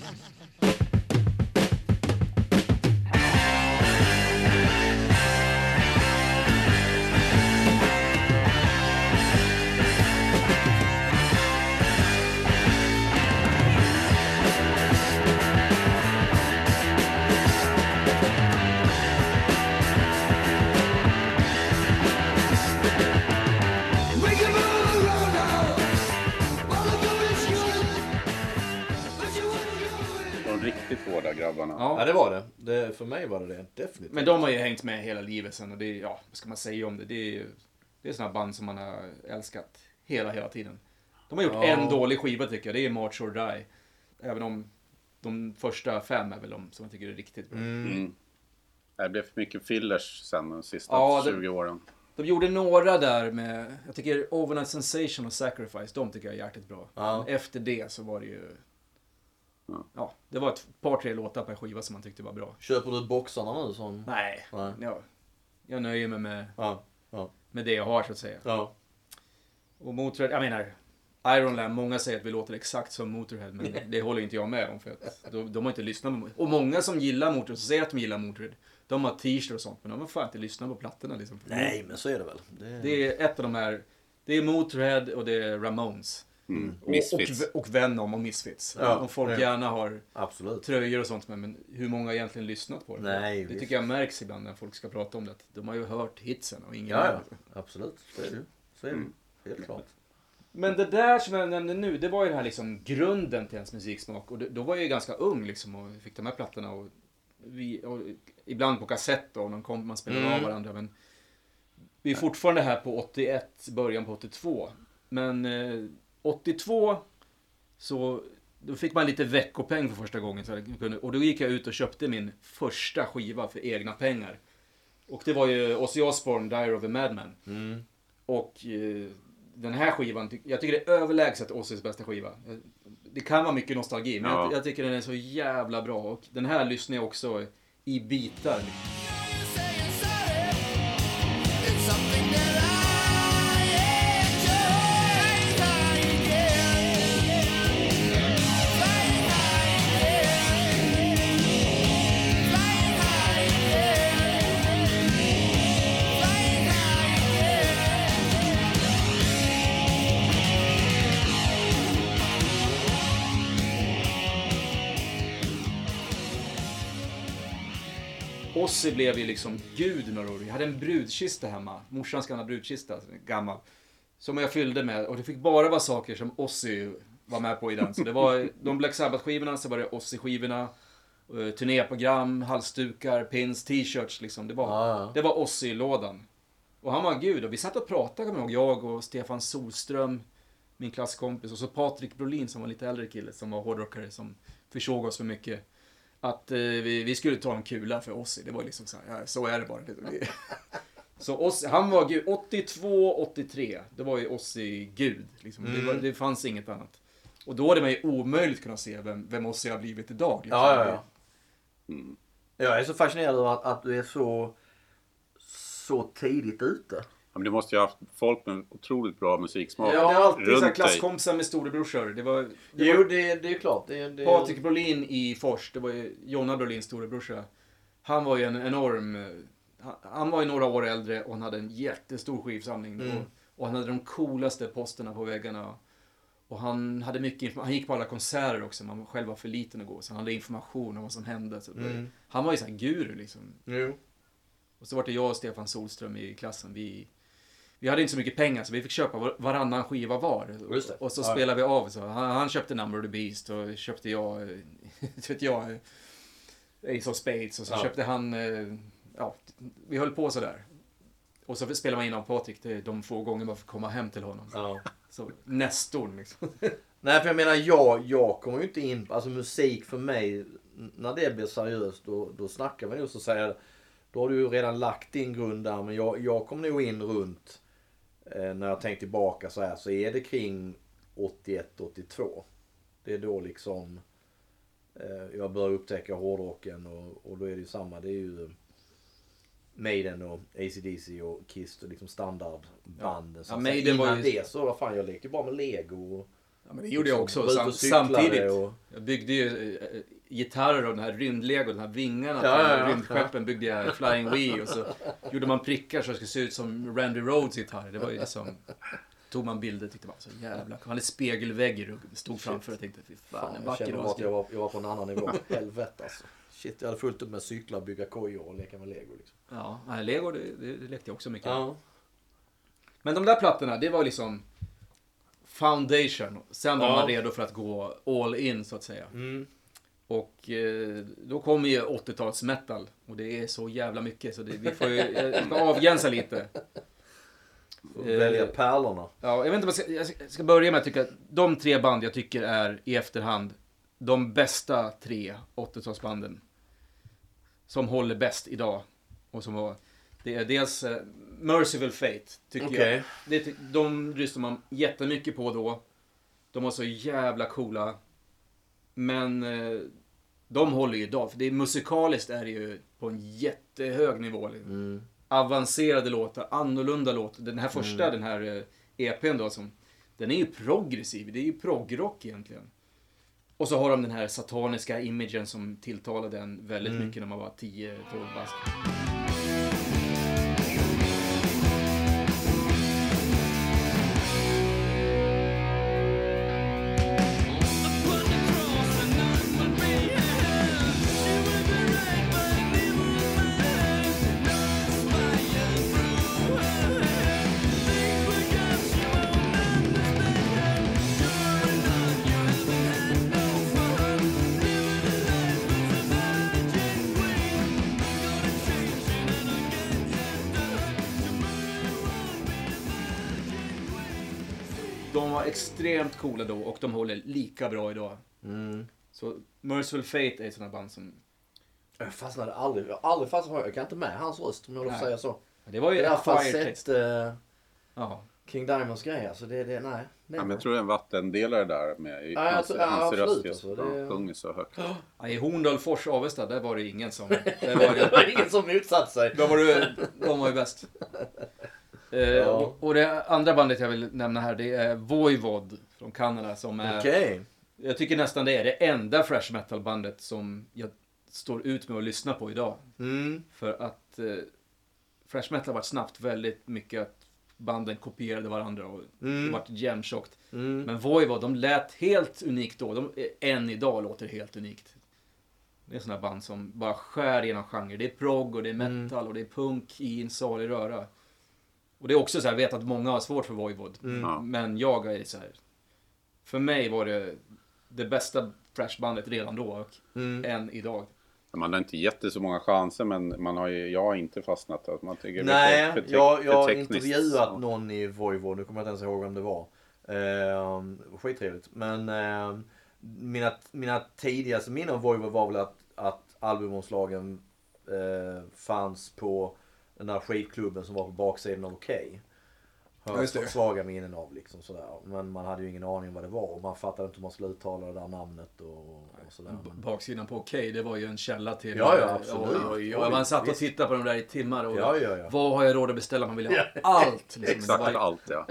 We can move around now. All the good is good. But you wouldn't go in. De riktigt hårda grabbarna. Ja. Ja, det var det. det. För mig var det det. Definitivt. Men de har ju hängt med hela livet sen och det är, ja, vad ska man säga om det? Det är ju, det är såna band som man har älskat hela, hela tiden. De har gjort Ja. en dålig skiva tycker jag, det är March or Die. Även om de första fem är väl de som jag tycker är riktigt bra. Mm. Det blev för mycket fillers sen de sista Ja, det- tjugo åren. De gjorde några där med, jag tycker Overnight Sensation och Sacrifice, de tycker jag är jäkligt bra. Ja. Men efter det så var det ju, Ja. ja, det var ett par, tre låtar per skiva som man tyckte var bra. Köper du boxarna nu som... Nej, Nej. ja, jag nöjer mig med, Ja. Ja. med det jag har så att säga. Ja. Och Motörhead, jag menar, Iron Lamb, många säger att vi låter exakt som Motorhead, men det håller inte jag med om, för att de, de har inte lyssnat på. Och många som gillar Motorhead, som säger att de gillar Motorhead, de har t-shirts och sånt, men de har fan inte lyssnat på plattorna liksom. Nej, men så är det väl. Det, Det är ett av de här, det är Motorhead och det är Ramones. Mm. Och, Misfits. och, och Venom och Misfits. Ja, Om folk ja. gärna har absolut. tröjor och sånt med, men hur många har egentligen lyssnat på det? Nej, det visst. tycker jag märks ibland när folk ska prata om det. Att de har ju hört hitsen och ingen Ja, annan. ja. Absolut. Så är det. Så är det. Mm. Helt klart. Men det där som jag nämnde nu, det var ju den här liksom grunden till ens musiksmak. Och det, då var jag ju ganska ung liksom och fick de här plattorna. Och vi, och ibland på kassett då, någon kom, man spelade Mm. av varandra. Men vi är fortfarande här på åttioett, början på åttiotvå. Men eh, åttiotvå så då fick man lite veckopeng för första gången. Så jag kunde, och då gick jag ut och köpte min första skiva för egna pengar. Och det var ju Ozzy Osbourne, Diary of a Madman. Mm. Och eh, den här skivan, ty- jag tycker det är överlägset Ozzys bästa skiva. Eh, Det kan vara mycket nostalgi, men Ja. jag, jag tycker den är så jävla bra. Och den här lyssnar jag också i bitar. Ozzy blev ju liksom gud några år. Jag hade en brudkista hemma. Morsans gamla brudkista, gammal. Som jag fyllde med. Och det fick bara vara saker som Ozzy var med på i den. Så det var de Black Sabbath-skivorna, så var det Ozzy-skivorna. Uh, turnéprogram, halsdukar, pins, t-shirts liksom. Det var, Ja, ja. det var Ozzy-lådan. Och han var gud. Och vi satt och pratade, kommer jag ihåg. Jag och Stefan Solström, min klasskompis. Och så Patrik Brolin som var lite äldre kille. Som var hårdrockare, som försåg oss för mycket. Att eh, vi, vi skulle ta en kula för Ozzy. Det var liksom så här, ja, så är det bara. Så Ozzy, han var gud. åttiotvå åttiotre, det var ju Ozzy gud. Liksom. Mm. Det, var, det fanns inget annat. Och då hade man ju omöjligt kunnat se vem, vem Ozzy har blivit idag. Liksom. Ja, ja, ja. Mm. Jag är så fascinerad över att, att du är så, så tidigt ute. Ja, men du måste ju ha haft folk med otroligt bra musiksmak. Ja, det är alltid runt så här dig. klasskompisar med storebrorsor. Det var, det Jo, var det, det är klart. Det, det... Patrik Brolin i Fors. Det var ju Jonna Brolins storebrorsa. Han var ju en enorm... Han, han var ju några år äldre och han hade en jättestor skivsamling. Mm. Och, och han hade de coolaste posterna på väggarna. Och han hade mycket information. Han gick på alla konserter också. Man själv var för liten att gå. Så han hade information om vad som hände. Så det var, Mm. han var ju så här guru liksom. Jo. Och så var det jag och Stefan Solström i klassen. Vi, vi hade inte så mycket pengar så vi fick köpa var- varannan skiva var. Just det. Och så Ja. spelade vi av. Så han, han köpte Number of the Beast och köpte jag, eh, vet jag, eh, Ace of Spades. Och så Ja. köpte han, eh, ja, vi höll på sådär. Och så spelade man in av Patrik det, de få gånger man fick komma hem till honom. Ja. Så nästorn liksom. Nej, för jag menar, jag, jag kommer ju inte in... Alltså musik för mig, när det blir seriöst, då, då snackar vi ju så säger då har du ju redan lagt din grund där. Men jag, jag kommer nog in runt, eh, när jag tänker tillbaka så här, så är det kring åttioett åttiotvå. Det är då liksom eh, jag börjar upptäcka hårdrocken och, och då är det ju samma. Det är ju Maiden och A C D C och Kiss och liksom standardbanden. Ja. Så Ja, att Maiden säga. var Innan ju- det så, vad fan, jag lekte ju bara med Lego. Och, Ja, men det gjorde jag också. var ute Sam, och cyklade samtidigt. och- Jag byggde ju äh, gitarrer och den här rymdlego, den här vingarna Ja, till ja, ja. rymdskeppen byggde jag Flying Wii och så gjorde man prickar så det skulle se ut som Randy Rhoads gitarr. Det var ju liksom, tog man bilder tyckte man så jävla. Han hade spegelvägg i ryggen, stod framför och tänkte fy fan, Fan, en jag vacker känner dag. att jag var, jag var på en annan nivå. Helvete alltså. Shit, jag hade fullt upp med cyklar, bygga kojor och leka med Lego liksom. Ja, nej, lego det, det, det lekte jag också mycket. Ja. Men de där plattorna, det var liksom foundation. Sen var Ja. man redo för att gå all in så att säga. Mm. Och eh, då kommer ju åttio-tals metal. Och det är så jävla mycket så det, vi får ju jag ska avgränsa lite. Och välja pärlorna. Ja, jag vet inte vad jag ska, jag ska- jag ska börja med att tycka att de tre band jag tycker är i efterhand de bästa tre åttio-talsbanden. Som håller bäst idag. Och som var, det är dels eh, Merciful Fate tycker Okej. jag. Det, ty- de lyssnar man jättemycket på då. De var så jävla coola. Men eh, de håller ju idag. För det är, musikaliskt är det ju på en jättehög nivå. liksom. Mm. Avancerade låtar, annorlunda låtar. Den här första, den här eh, E P:n då som den är ju progressiv, det är ju proggrock egentligen. Och så har de den här sataniska imagen som tilltalade den väldigt mm. mycket när man var tio tolv bast. De var extremt coola då och de håller lika bra idag. Mm. Så Merciful Fate är ett sådant band som... Jag fastnade aldrig, jag har aldrig fastnat, jag kan inte med hans röst om jag får säga så. Det var ju i alla fall sett uh, ja. King Diamonds grejer, så det är det, nej. Det ja, men jag tror det är en vattendelare där med i ja, hans, tror, ja, hans absolut, röst. Alltså, det... sjunger så högt. Ja, i Horndal, Fors, Avesta, där var det ingen som... Det var, det var ingen som motsatt sig. Då var det, de var ju bäst. Ja. Uh, och, och det andra bandet jag vill nämna här, det är Voivod från Kanada som är... Okay. Jag tycker nästan det är det enda thrash metal bandet som jag står ut med att lyssna på idag. Mm. För att uh, thrash metal har varit snabbt väldigt mycket att banden kopierade varandra och mm. det varit jämntjockt. Mm. Men Voivod, de lät helt unikt då. De, än idag låter helt unikt. Det är sådana band som bara skär genom genre. Det är prog och det är metal mm. och det är punk i en salig röra. Och det är också så här, jag vet att många har svårt för Voivod. Mm. Men jag är så här. För mig var det det bästa thrashbandet redan då och mm. än idag. Man har inte gett det så många chanser, men man har ju, jag har inte fastnat. Att man tycker Nej, för, för te- jag, jag har tekniskt. intervjuat någon i Voivod. Nu kommer jag inte ens ihåg vem det var. Eh, skittrevligt. Men eh, mina, mina tidigaste minnen av Voivod var väl att, att albumomslagen eh, fanns på den där skitklubben som var på baksidan av Okej. Har jag svaga minnen av liksom sådär. Men man hade ju ingen aning vad det var. Och man fattade inte hur man skulle uttala det där namnet och, och sådär. Men... Baksidan på Okej, det var ju en källa till... Ja, ja, absolut. Och, och, och, och man satt och tittade på dem där i timmar. Och ja, ja, ja. Vad har jag råd att beställa? Man vill ha allt. Liksom. Exakt var... allt, ja.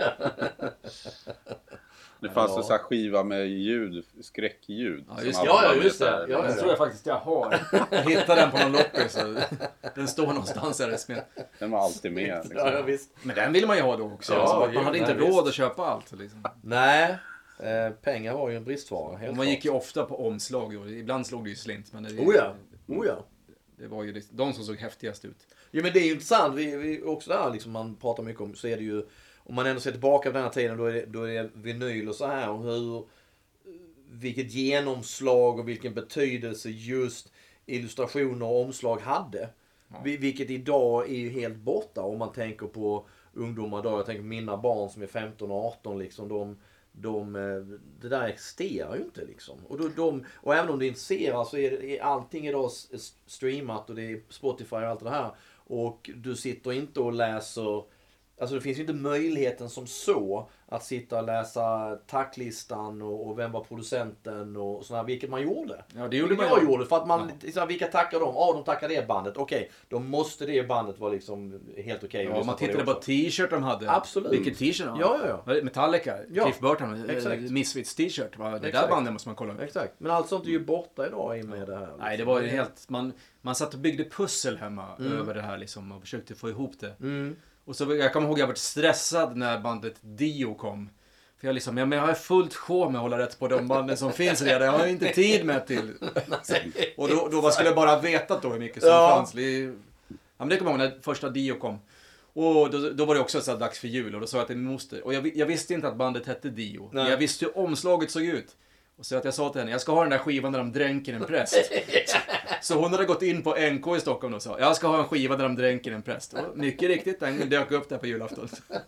Det fanns ja. en sån här skiva med ljud, skräckljud. Ja, just, ja, ja, just det. Ja, ja, den ja. tror jag faktiskt jag har. Jag hittade den på någon loppis. Så den står någonstans här. Med. Den var alltid med. Liksom. Ja, visst. Men den vill man ju ha då också. Ja, alltså, man jo, hade inte nej, råd visst. att köpa allt. Liksom. Nej, eh, pengar var ju en bristvara. Helt och man gick ju ofta på omslag. Och ibland slog det ju slint. Men det, oh ja, oh ja. Det var ju de som såg häftigast ut. Jo, men det är ju intressant. Vi, vi, också där liksom man pratar mycket om, så är det ju, om man ändå ser tillbaka på den här tiden, då är det, då är det vinyl och så här. Och hur, vilket genomslag och vilken betydelse just illustrationer och omslag hade. Ja. Vilket idag är ju helt borta om man tänker på ungdomar idag. Jag tänker på mina barn som är femton och arton liksom. De, de, det där existerar ju inte liksom. Och, då, de, och även om du är intresserad så är, det, är allting idag streamat och det är Spotify och allt det här. Och du sitter inte och läser... Alltså det finns ju inte möjligheten som så att sitta och läsa tacklistan och, och vem var producenten och sådär, vilket man gjorde. Ja, det gjorde man jag. gjorde för att man, ja. så här, vilka tackar de? Ja, de tackar det bandet. Okej, okay, då måste det bandet vara liksom helt okej. Okay ja, man tittade på t-shirt de hade. Absolut. Vilket t-shirt de ja, ja, ja. Metallica, ja. Cliff Burton, Exakt. Misfits t-shirt. Det Exakt. där bandet måste man kolla. Exakt. Men allt sånt är ju borta idag i med det här. Liksom. Nej, det var ju helt... Man, man satt och byggde pussel hemma mm. över det här liksom och försökte få ihop det. Mm. Och så jag kommer ihåg att jag var stressad när bandet Dio kom. För jag liksom, ja, men jag har fullt sjå med att hålla rätt på de banden som finns redan. Jag har inte tid med till. Och då, då skulle jag bara vetat då hur mycket som ja. fanns. Ja, men det kommer jag ihåg när första Dio kom. Och då, då var det också så här dags för jul. Och då sa jag till min moster. Och jag, jag visste inte att bandet hette Dio. Men jag visste hur omslaget såg ut. Och så att jag sa till henne, jag ska ha den där skivan där de dränker en präst. Så hon hade gått in på N K i Stockholm och sa, jag ska ha en skiva där de dränker en präst. Och mycket riktigt, den dök upp där på julafton.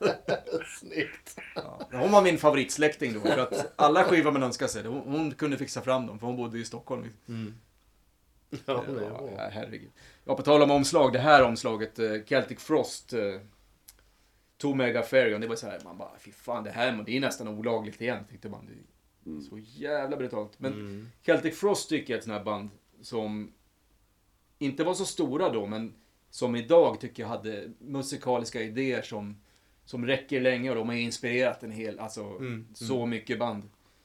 Snyggt. Ja, hon var min favoritsläkting då, för att alla skivor man önskade sig, hon, hon kunde fixa fram dem, för hon bodde i Stockholm. Mm. Ja, det är bra. Ja, herregud. Ja, på tal om omslag, det här omslaget, Celtic Frost, Two Mega Ferion, det var så här, man bara, fy fan, det här det är nästan olagligt igen, tyckte man. Mm. Så jävla brutalt. Men mm. Celtic Frost tycker jag är ett sånt här band som inte var så stora då, men som idag tycker jag hade musikaliska idéer som som räcker länge och de har inspirerat en hel, alltså Mm. så mycket band.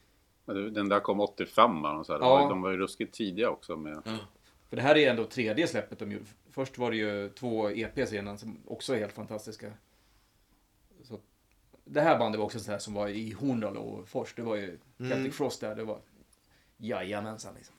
Den där kom åttiofem och så här. Ja. De var ju ruskigt tidiga också med... För det här är ändå tredje släppet de gjorde. Först var det ju två E P:s innan som också är helt fantastiska. Så det här bandet var också så här som var i Horndal och Fors. Det var ju Celtic Mm. Frost där. Det var jajamensan liksom.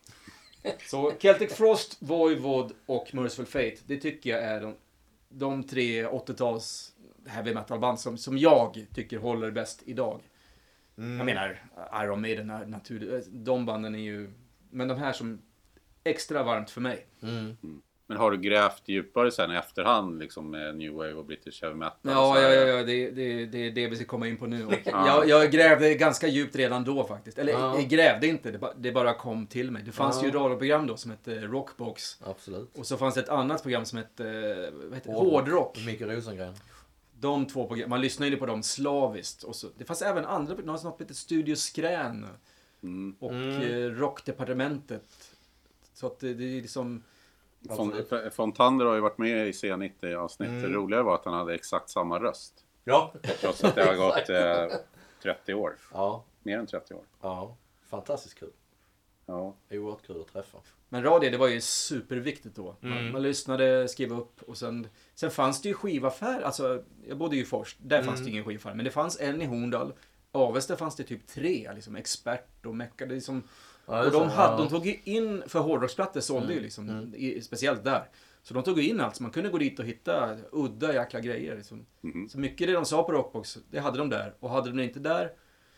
Så Celtic Frost, Voivod och Merciful Fate. Det tycker jag är de, de tre åttio-tals heavy metal band som, som jag tycker håller bäst idag. Mm. Jag menar Iron Maiden är naturligt. De banden är ju... Men de här som extra varmt för mig. Mm. Men har du grävt djupare sen i efterhand liksom med New Wave och British Heavy Metal? Ja, så ja, här? ja, ja det, det, det är det vi ska komma in på nu. Och Ja. jag, jag grävde ganska djupt redan då faktiskt. Eller Ja. jag grävde inte, det, ba, det bara kom till mig. Det fanns Ja. ju radioprogram då som hette Rockbox. Absolut. Och så fanns det ett annat program som hette vad heter, det? Hårdrock. Hårdrock. Micke Rosengren. De två program, man lyssnade ju på dem slaviskt. Och så, det fanns även andra, något som hette Studio Skrän. Mm. Och Mm. eh, Rockdepartementet. Så att det, det är liksom... Absolut. Fon- Fontander har ju varit med i C nittio avsnitt. Mm. Det roliga var att han hade exakt samma röst. Ja. Trots att det har gått eh, trettio år. Ja. Mer än trettio år. Ja. Fantastiskt kul. Ja. Oerhört kul att träffa. Men radio, det var ju superviktigt då. Man, Mm. man lyssnade, skrev upp och sen... Sen fanns det ju skivaffär. Alltså, jag bodde ju i Fors. Där Mm. fanns det ingen skivaffär. Men det fanns en i Horndal. Avesta fanns det typ tre. Liksom Expert och Mecca. Det är liksom, Ja, och just de, det, hade, ja. de tog ju in... För hårdrocksplattor sålde Mm. ju liksom. Mm. I, speciellt där. Så de tog ju in allt. Så man kunde gå dit och hitta udda jäkla grejer. Liksom. Mhm. Så mycket det de sa på Rockbox, det hade de där. Och hade de det inte där,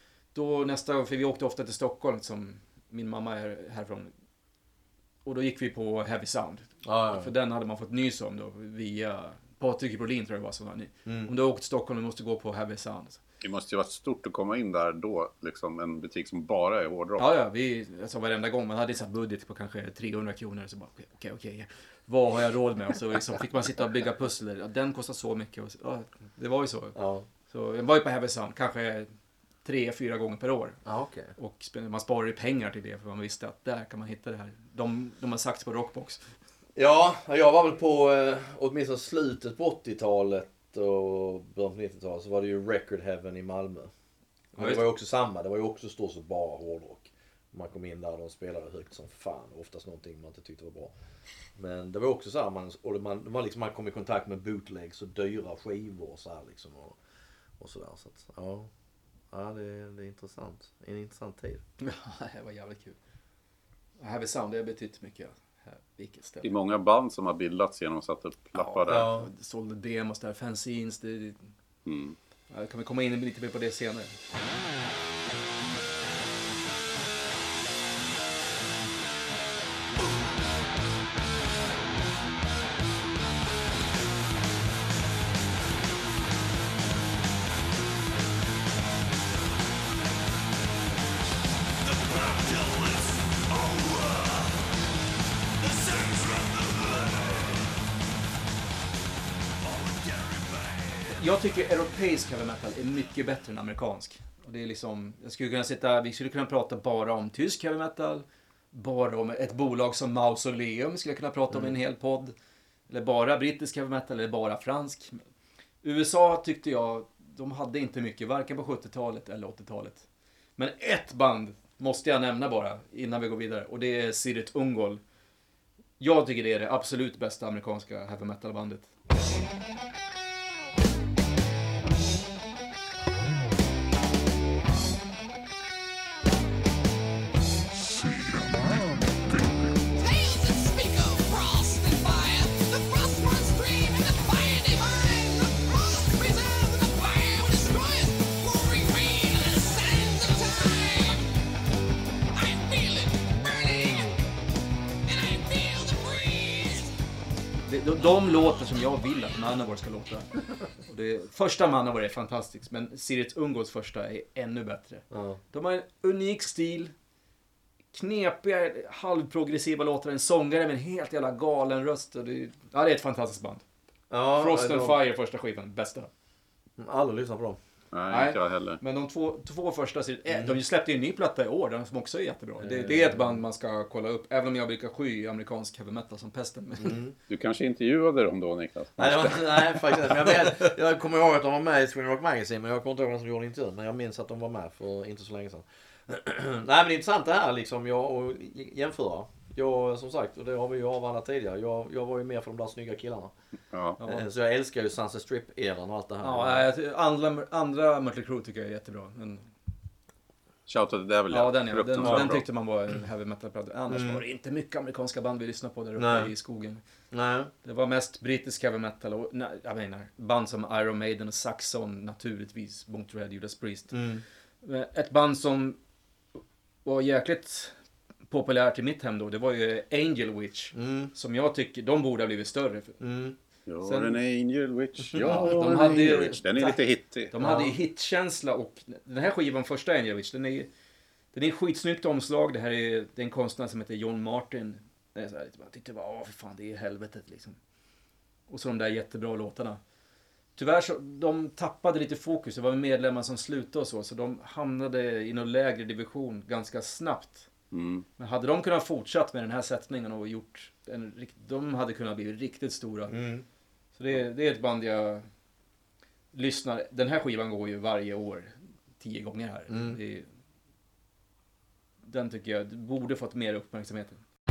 då nästa gång, för vi åkte ofta till Stockholm som min mamma är härifrån. Och då gick vi på Heavy Sound. Ja, ja, För den hade man fått nys om då via Patrik Brolin tror jag det var som var ny. Mm. Om du har åkt till Stockholm, du måste gå på Heavy Sound. Det måste ju varit stort att komma in där då. Liksom en butik som bara är hårdrock. Ja, ja, vi, alltså varenda gång man hade en sån här budget på kanske trehundra kronor så bara okej, okej, okej. Vad har jag råd med? Och så liksom fick man sitta och bygga pussel. Ja, den kostar så mycket. Och så, ja, det var ju så. Ja. Så jag var ju på Heavy Sound kanske tre, fyra gånger per år. Ja, okej. Och sp- man sparar ju pengar till det för man visste att där kan man hitta det här. De, de har sagt på Rockbox. Ja, jag var väl på eh, åtminstone slutet på åttiotalet och början på nittiotalet så var det ju Record Heaven i Malmö. Men Ja, det just var ju också samma, det var ju också stort sett bara hårdrock. Man kom in där och de spelade högt som fan, oftast någonting man inte tyckte var bra. Men det var också så här, man, och man, man, liksom, man kom i kontakt med bootlegs och dyra skivor och så här liksom. Och, och sådär, så att, ja. Ja, det, det är intressant. En intressant tid. Ja, det var jävligt kul. Heavy Sound, det har betytt mycket. Här, vilket Det är ställe. många band som har bildats genom att sätta upp lappar där. Ja. Det sålde demos där, fanzines. Det, det, Mm. ja, kan vi komma in lite mer på det senare. Jag tycker europeisk heavy metal är mycket bättre än amerikansk. Och det är liksom, jag skulle kunna sitta, vi skulle kunna prata bara om tysk heavy metal. Bara om ett bolag som Mausoleum skulle jag kunna prata om i en hel podd. Eller bara brittisk heavy metal eller bara fransk. U S A tyckte jag, de hade inte mycket, varken på sjuttiotalet eller åttiotalet. Men ett band måste jag nämna bara innan vi går vidare. Och det är Sirit Ungol. Jag tycker det är det absolut bästa amerikanska heavy metal bandet. Tales that speak of frost and fire, the frost runs dream and the fire divine. The frost preserves and the fire will destroy us, pouring rain on the sands of time. I feel it burning, and I feel the breeze. De, de, de låter som jag vill att Manowar ska låta. Och det, första Manowar är fantastiskt, men Sirit Ungols första är ännu bättre. Ja. De har en unik stil, knepiga, halvprogressiva låtar, en sångare med en helt jävla galen röst. Och det, ja, det är ett fantastiskt band. Ja, Frost and de- Fire, första skivan, bästa. Aldrig lyssnat på dem. Nej, inte jag heller. Men de två, två första, mm. de släppte ju en ny platta i år, den som också är jättebra. Det, det är ett band man ska kolla upp, även om jag brukar sky amerikansk heavy metal som pesten. Mm. Du kanske intervjuade dem då, Niklas? Nej, det var, nej faktiskt men jag, vet, jag kommer ihåg att de var med i Sweden Rock Magazine, men jag kommer inte ihåg vem som gjorde intervjun. Men jag minns att de var med för inte så länge sedan. Nej, men det är intressant det här liksom, jag och jämföra. Jag, som sagt, och det har vi ju avhandlat tidigare, jag, jag var ju mer för de där snygga killarna. Ja. Ja. Så jag älskar ju Sunset Strip-eran och allt det här. Ja, andra, andra Mötley Crüe tycker jag är jättebra. Men... Shout of the Devil, ja. Den, ja. den, Fruktansvärt den bra. tyckte man var en heavy metal-platta. Annars Mm. var det inte mycket amerikanska band vi lyssnade på där uppe Nej. i skogen. Nej. Det var mest brittisk heavy metal och nej, jag menar, band som Iron Maiden och Saxon naturligtvis, Motörhead, Judas Priest. Mm. Ett band som var jäkligt populärt i mitt hem då, det var ju Angel Witch. Mm. Som jag tycker, de borde ha blivit större. Mm. You're Sen- an angel witch. Ja, Ja, de de hade hade ju- witch. Den är lite hittig. De hade ju hitkänsla och den här skivan, första Angel Witch, den är den är skitsnyggt omslag. Det här är, det är en konstnär som heter John Martin. Det är så här, jag tyckte bara, åh för fan, det är helvetet liksom. Och så de där jättebra låtarna. Tyvärr så, de tappade lite fokus. Det var medlemmar som slutade och så, så de hamnade i någon lägre division ganska snabbt. Mm. Men hade de kunnat fortsatt med den här sättningen och gjort en, rikt- de hade kunnat bli riktigt stora. Mm. Så det är, det är ett band jag lyssnar. Den här skivan går ju varje år tio gånger här. Mm. Det är, den tycker jag borde fått mer uppmärksamhet.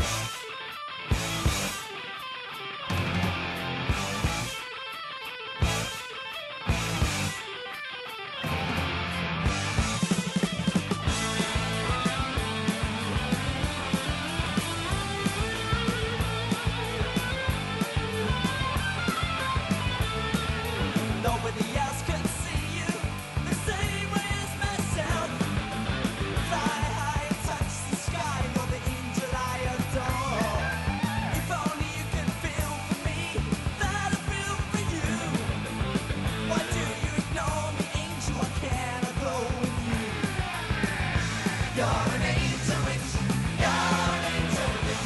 Nobody else can see you the same way as myself. Fly high and touch the sky, you're the angel I adore. If only you could feel for me that I feel for you. Why do you ignore me, angel? Why can't I go with you? You're an angel witch. You're an angel witch.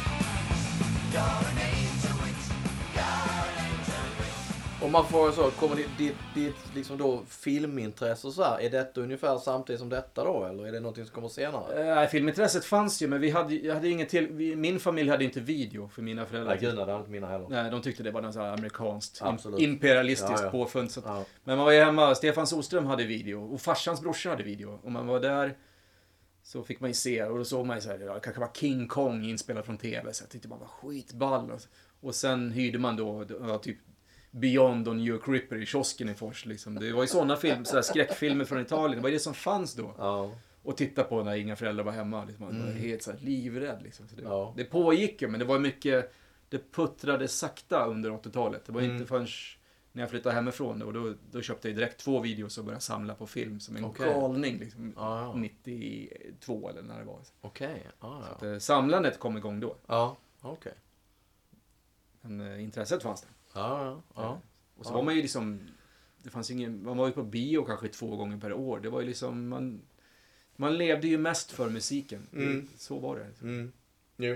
You're an angel witch. You're an angel witch. Om man får så, kommer ditt, ditt, ditt liksom då filmintresse och så här, är detta ungefär samtidigt som detta då? Eller är det någonting som kommer senare? Nej, filmintresset fanns ju, men vi hade, jag hade ingen till, vi, min familj hade inte video för mina föräldrar. Nej, gud, nej, det har inte mina heller. Nej, de tyckte det var något så här amerikanskt, Absolut. imperialistiskt Ja, ja. påfund. Så att, Ja. Men man var ju hemma, Stefan Soström hade video och farsans brorsa hade video. Och man var där så fick man ju se, och då såg man ju så här, ja, det kanske var King Kong inspelad från tv. Så jag tyckte man var skitball. Och, och sen hyrde man då, ja, typ Beyond och New York Ripper i kiosken i Fors. Liksom. Det var ju sådana film, så här skräckfilmer från Italien, det var ju det som fanns då. Ja. Och titta på när inga föräldrar var hemma. Liksom. Man var helt så här livrädd. Liksom. Så det, Ja. det pågick ju, men det var mycket, det puttrade sakta under åttiotalet. Det var Mm. inte förrän när jag flyttade hemifrån och då, då köpte jag direkt två videos och började samla på film som en Okej. galning. Liksom, Ja, ja. nittiotvå eller när det var. Okej. Ja, Så att, ja. eh, samlandet kom igång då. Ja, okej. Men eh, intresset fanns det. Ja, ja, ja. Och så Ja. var man ju liksom, det fanns ingen, man var ju på bio kanske två gånger per år. Det var ju liksom, man, man levde ju mest för musiken. Mm. Så var det. Mm. Jo.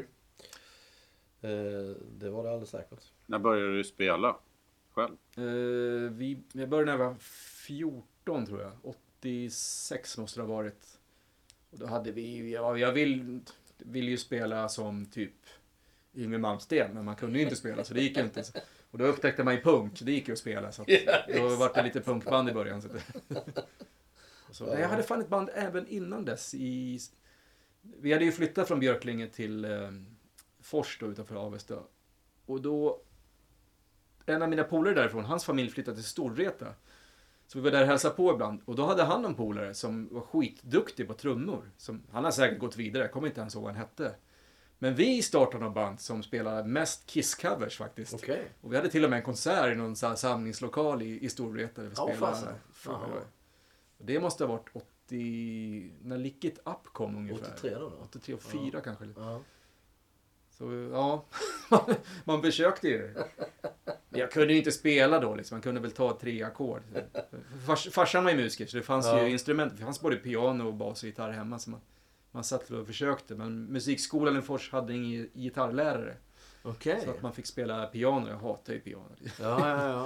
Eh, det var det alldeles säkert. När började du spela själv? Uh, vi, jag började när jag var fjorton tror jag. åttiosex måste det ha varit. Och då hade vi, ja, jag vill, vill ju spela som typ Yngwie Malmsteen, men man kunde ju inte spela så det gick ju inte. Och då upptäckte man ju punk, det gick ju att spela. Så att, då var det lite punkband i början. Så att, och så, nej, jag hade fan ett band även innan dess. I, vi hade ju flyttat från Björklinge till eh, Fors då, utanför Avesta. Och då, en av mina polare därifrån, hans familj flyttade till Storvreta. Så vi var där och hälsade på ibland. Och då hade han en polare som var skitduktig på trummor. Som, han har säkert gått vidare, jag kommer inte ens ihåg vad han hette. Men vi startade någon band som spelade mest Kiss-covers faktiskt. Okej. Och vi hade till och med en konsert i någon så här samlingslokal i, i Storvreta. Där vi Ja, spelade. fasen. Fan, Ja. vad det var. Och det måste ha varit åttio... När Lick It Up kom ungefär. åttiotre då? då? åttiotre och fyra kanske. Ja. Så ja, man, man försökte ju. Men jag kunde ju inte spela då liksom. Man kunde väl ta tre ackord. Fars, farsan var ju musiker så det fanns Ja. ju instrument. Det fanns både piano, och bas och gitarr hemma. Så man, man satt och försökte. Men musikskolan i Fors hade ingen gitarrlärare. Okej. Så att man fick spela piano. Jag hatar ju piano. Ja, ja, ja.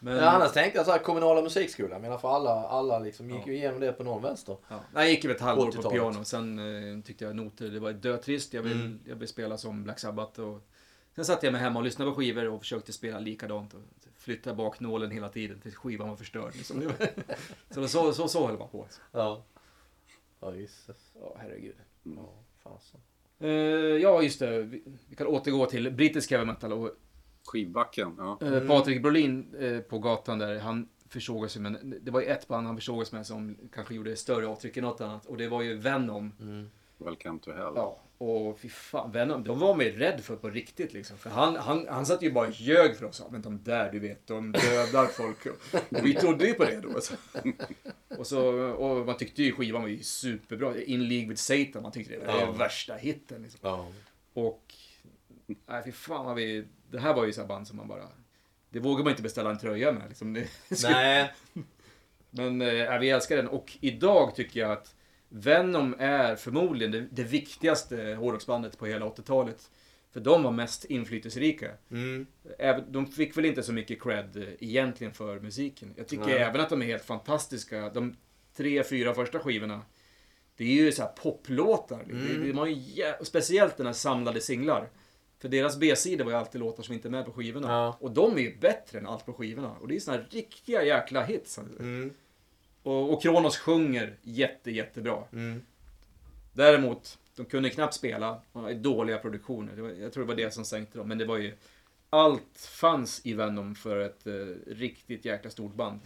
Men, Ja, annars tänkte jag så här kommunala musikskolan. Jag menar för alla, alla liksom gick ju igenom det på någon vänster. ja. Jag gick ju ett halvår på åttiotalet. piano. Sen eh, tyckte jag noter, det var dötrist. Jag vill, Mm. jag vill spela som Black Sabbath. Och, sen satt jag mig hemma och lyssnade på skivor och försökte spela likadant. Och flytta bak nålen hela tiden tills skivan var förstörd. Liksom. Det var- så, så, så, så höll man på. Ja. Ja, just det. Ja, herregud. Ja, fasen. Eh, ja, just det. Vi, vi kan återgå till brittisk heavy metal. Och, Skivbacken, ja. eh, Mm. Patrik Brolin eh, på gatan där, han försåg sig, men det var ju ett band han försåg sig med som kanske gjorde större avtryck än något annat. Och det var ju Venom. Mm. Welcome to hell. Ja, och fy fan, Venom, de var man ju rädd för på riktigt liksom. För han, han, han satt ju bara och ljög för oss. Men de där, du vet, de dödar folk. Och vi trodde ju på det då. Alltså. Och, så, och man tyckte ju skivan var ju superbra. In League with Satan, man tyckte det var Ja. den värsta hitten. Liksom. Ja. Och, nej fy fan vad vi, det här var ju så här band som man bara, det vågar man inte beställa en tröja med. Liksom. Det, Nej. Men eh, vi älskar den. Och idag tycker jag att Venom är förmodligen det, det viktigaste hårdrocksbandet på hela åttiotalet. För de var mest inflytelserika. Mm. Även, de fick väl inte så mycket cred eh, egentligen för musiken. Jag tycker Nej. även att de är helt fantastiska. De tre, fyra första skivorna. Det är ju så här poplåtar. Mm. Det, det var ju jä- och speciellt den här samlade singlar. För deras B-sidor var ju alltid låtar som inte är med på skivorna. Ja. Och de är ju bättre än allt på skivorna. Och det är såna här riktiga jäkla hits. Alltså. Mm. Och, och Kronos sjunger jätte, jättebra. Mm. Däremot, de kunde knappt spela. De var dåliga produktioner. Det var, jag tror det var det som sänkte dem. Men det var ju... Allt fanns i Venom för ett eh, riktigt jäkla stort band.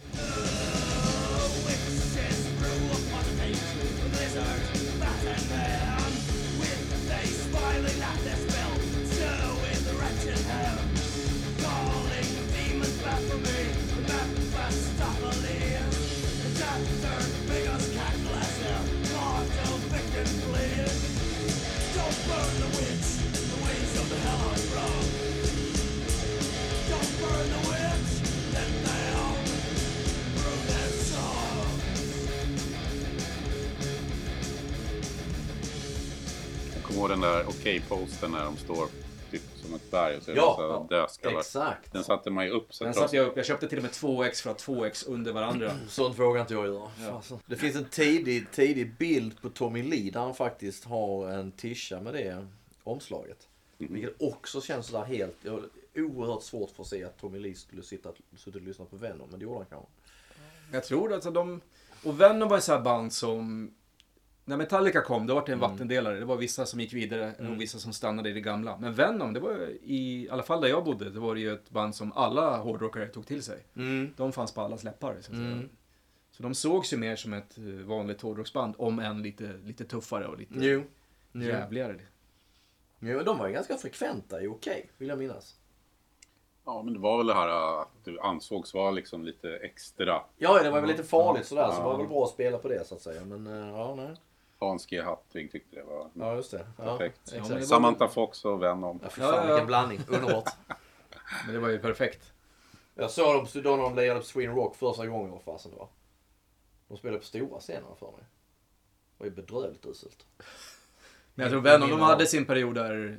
Jag kommer ihåg den där okej-posten när de står typ som ett berg och så är det Ja, massa dödskallar. Exakt. Den satte man ju upp. Så Den att satte jag upp. Jag köpte till och med två ex för att två ex under varandra. Sånt vågar inte jag göra. Fasen. Det finns en tidig, tidig bild på Tommy Lee där han faktiskt har en tisha med det omslaget. Vilket också känns sådär helt... Jag har oerhört svårt för att se att Tommy Lee skulle sitta sitta och lyssna på Venom, men det gjorde han kanske. Jag tror alltså de... Och Venom var ett så här band som... När Metallica kom, då var det en Mm. vattendelare. Det var vissa som gick vidare och vissa som stannade i det gamla. Men Venom, det var ju, i alla fall där jag bodde, det var det ju ett band som alla hårdrockare tog till sig. Mm. De fanns på allas läppar. Så, att säga. Mm. Så de sågs ju mer som ett eh, vanligt hårdrocksband, om än lite, lite tuffare och lite Jo. Jo. jävligare. Jo, de var ju ganska frekventa i Okej, vill jag minnas. Ja, men det var väl det här att du ansågs vara liksom lite extra. Ja, det var väl lite farligt sådär, så Ja. det var väl bra att spela på det så att säga. Men eh, ja, nej. Hans G. Hattvig tyckte det var Ja, just det. Ja, perfekt. Ja, men exakt. det var- Samantha Fox och Venom. Ja, fy Ja, fan ja, ja. vilken blandning. Underbart. Men det var ju perfekt. Jag såg dem då när de lirade på Sweden Rock första gången, vad fasen det var. De spelade på stora scener för mig. Det var ju bedrövligt uselt. Men jag tror I Venom, de mina- hade sin period där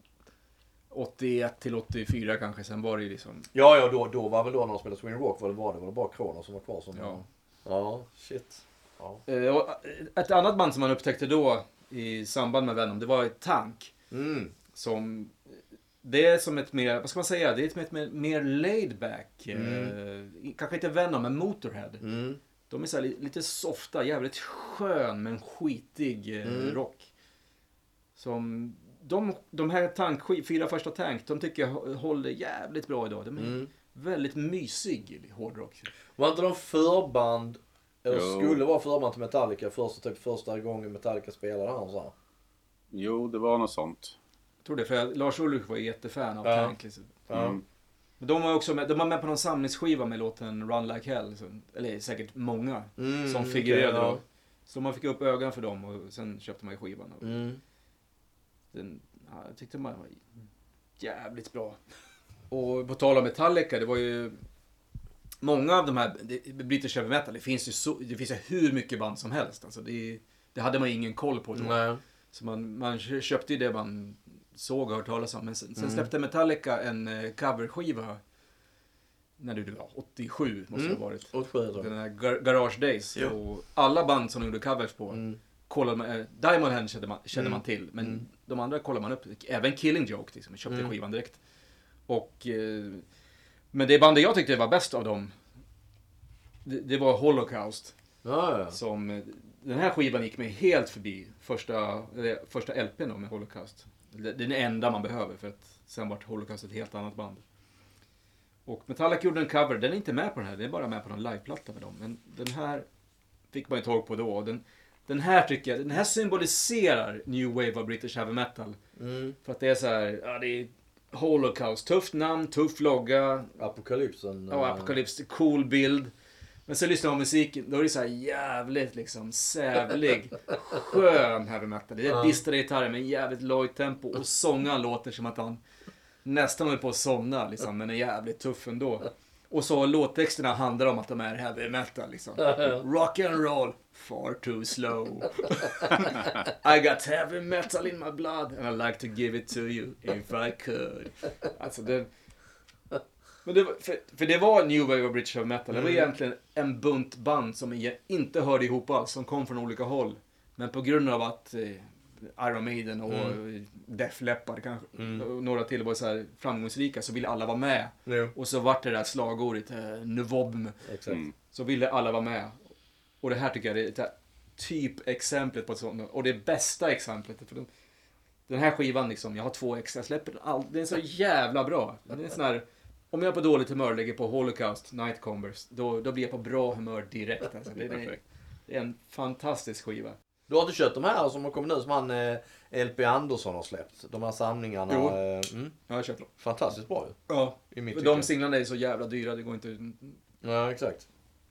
åttioett till åttiofyra kanske. Sen var det ju liksom... Ja, ja, då, då var väl då när de spelade Sweden Rock var det, var det var det bara Kronos som var kvar som... Ja. Ja, shit. Ja. Eh, och ett annat band som man upptäckte då i samband med Venom, det var ett Tank. Mm. Som, det är som ett mer, vad ska man säga, det är ett mer, mer laid back. Eh, kanske inte Venom, men Motorhead. Mm. De är så här, li- lite softa, jävligt skön men skitig eh, Mm. rock. Som, de, de här tank, fyra första Tank, de tycker jag hå- håller jävligt bra idag. De är Mm. väldigt mysig hårdrock. Var inte de förband, eller Jo. skulle vara förband till Metallica första, typ första gången Metallica spelade han så här. Jo, det var något sånt. Jag tror det, för jag, Lars Ulrich var jättefan av Ja. Tank. Liksom. Mm. Men de var också med, de var med på någon samlingsskiva med låten Run Like Hell. Så, eller säkert många Mm, som okej, figurerade ja. då. Så man fick upp ögonen för dem och sen köpte man ju skivan. Och Mm. den, ja, jag tyckte man var jävligt bra. Och på tal om Metallica, det var ju många av de här, det, British heavy metal, det finns ju så, det finns ju hur mycket band som helst. Alltså det, det hade man ju ingen koll på då. Nej. Så man, man köpte ju det man såg och hört talas om. Men sen, sen Mm. släppte Metallica en eh, coverskiva när du var åttiosju måste det ha varit. åttiosju tror jag. Den här Gar- Garage Days. Jo. Och alla band som de gjorde covers på. Mm. Kollade man, eh, Diamond Hand kände man, kände Mm. man till. Men Mm. de andra kollade man upp. Även Killing Joke liksom. Jag köpte Mm. skivan direkt. Och, eh, men det bandet jag tyckte var bäst av dem. Det, det var Holocaust. Ja, ja. Som, eh, den här skivan gick mig helt förbi. Första, eller, första L P:n då med Holocaust. Det, det är den enda man behöver. För att sen vart Holocaust ett helt annat band. Och Metallica gjorde en cover. Den är inte med på den här. Den är bara med på någon liveplatta med dem. Men den här fick man ju tag på då. Och Den, den här tycker jag, den här symboliserar New Wave av British Heavy Metal. Mm. För att det är så här, ja det är Holocaust. Tufft namn, tuff logga. Apokalypsen. Ja, Apocalypse, cool bild. Men så lyssnar man på musiken, då är det så här jävligt liksom sävlig, skön heavy metal. Det är Ja. distade gitarrer med jävligt lojt tempo. Och sångaren låter som att han nästan håller på att somna liksom, men är jävligt tuff ändå. Och så låttexterna handlar om att de är heavy metal liksom. Rock and roll, far too slow. I got heavy metal in my blood and I like to give it to you if I could. Alltså det... Men det var, för, för det var New Wave of British Heavy Metal. Det var Mm. egentligen en bunt band som e- inte hörde ihop alls, som kom från olika håll. Men på grund av att eh, Iron Maiden och Mm. Def Leppard kanske, Mm. och några till var så här framgångsrika, så ville alla vara med. Jo. Och så vart det där slagordet, eh, Nuvobm. Exakt. Mm. Så ville alla vara med. Och det här tycker jag är ett typ exemplet på ett sånt. Och det bästa exemplet. För den, den här skivan liksom, jag har två extra, jag släpper den all, den är så jävla bra. Den är sån här, om jag är på dåligt humör lägger på Holocaust, Nightcombers, då, då blir jag på bra humör direkt. Alltså. Det, det, är, Perfekt. det är en fantastisk skiva. Du har inte köpt de här som har kommit nu som han eh, L P Andersson har släppt? De här samlingarna. Jo. Eh, mm, Ja, jag köper dem. fantastiskt bra ju. Ja, I mitt de tycke. singlarna är så jävla dyra, det går inte... Ja, exakt.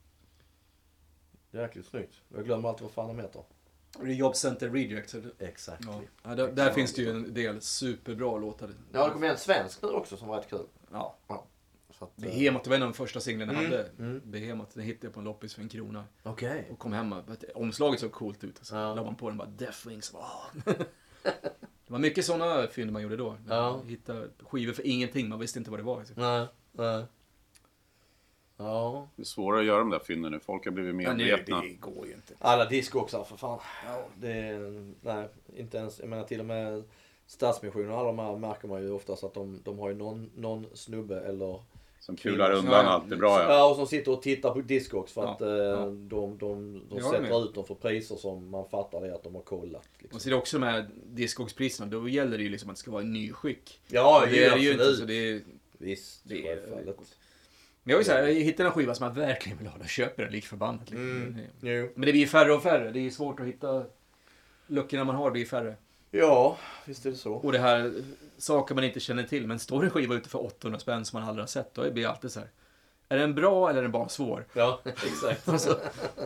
Jäkligt snyggt. Jag glömmer alltid vad fan de heter. Job Center Reject. Så det, Exakt. ja. Ja, där, där finns det ju en del superbra låtar. Ja, det kom en svensk nu också som var rätt kul. Ja. Så att, eh, Behemoth var en av de första singlarna jag Mm, hade. mm. Behemoth, den hittade jag på en loppis för en krona. Okej. Och kom hem och omslaget såg coolt ut. Så Ja. la man på den bara Deathwings. Wow. Det var mycket sådana fynd man gjorde då. Ja. Hitta skivor för ingenting, man visste inte vad det var. Nej, nej. Ja. Det är svårare att göra de där fynden nu. Folk har blivit Men det, medvetna. det går ju inte. Alla discoxar för fan. Det är, nej, inte ens, jag menar till och med Stadsmissionen och alla de här märker man ju oftast att de, de har ju någon, någon snubbe eller Som kular undan Ja, allt det bra. Ja. ja, och som sitter och tittar på discox för Ja, att eh, ja. de, de, de Jag håller sätter med. ut dem för priser som man fattar det att de har kollat. Liksom. Och så är det också med Discogs-priserna, då gäller det ju liksom att det ska vara i ny skick. Ja, Och det är det ju absolut. inte, så det är... Visst, Det är- självfallet. Men jag är ju såhär, jag hittar en skiva som jag verkligen vill ha, då köper jag den lik förbannat. Liksom. Mm. Jo. Men det blir ju färre och färre, det är ju svårt att hitta luckorna man har, blir färre. Ja, visst är det så. Och det här, saker man inte känner till, men står en skiva ute för åttahundra spänn som man aldrig har sett, då blir det alltid så här. Är den bra eller är den bara svår? Ja, exakt. Alltså,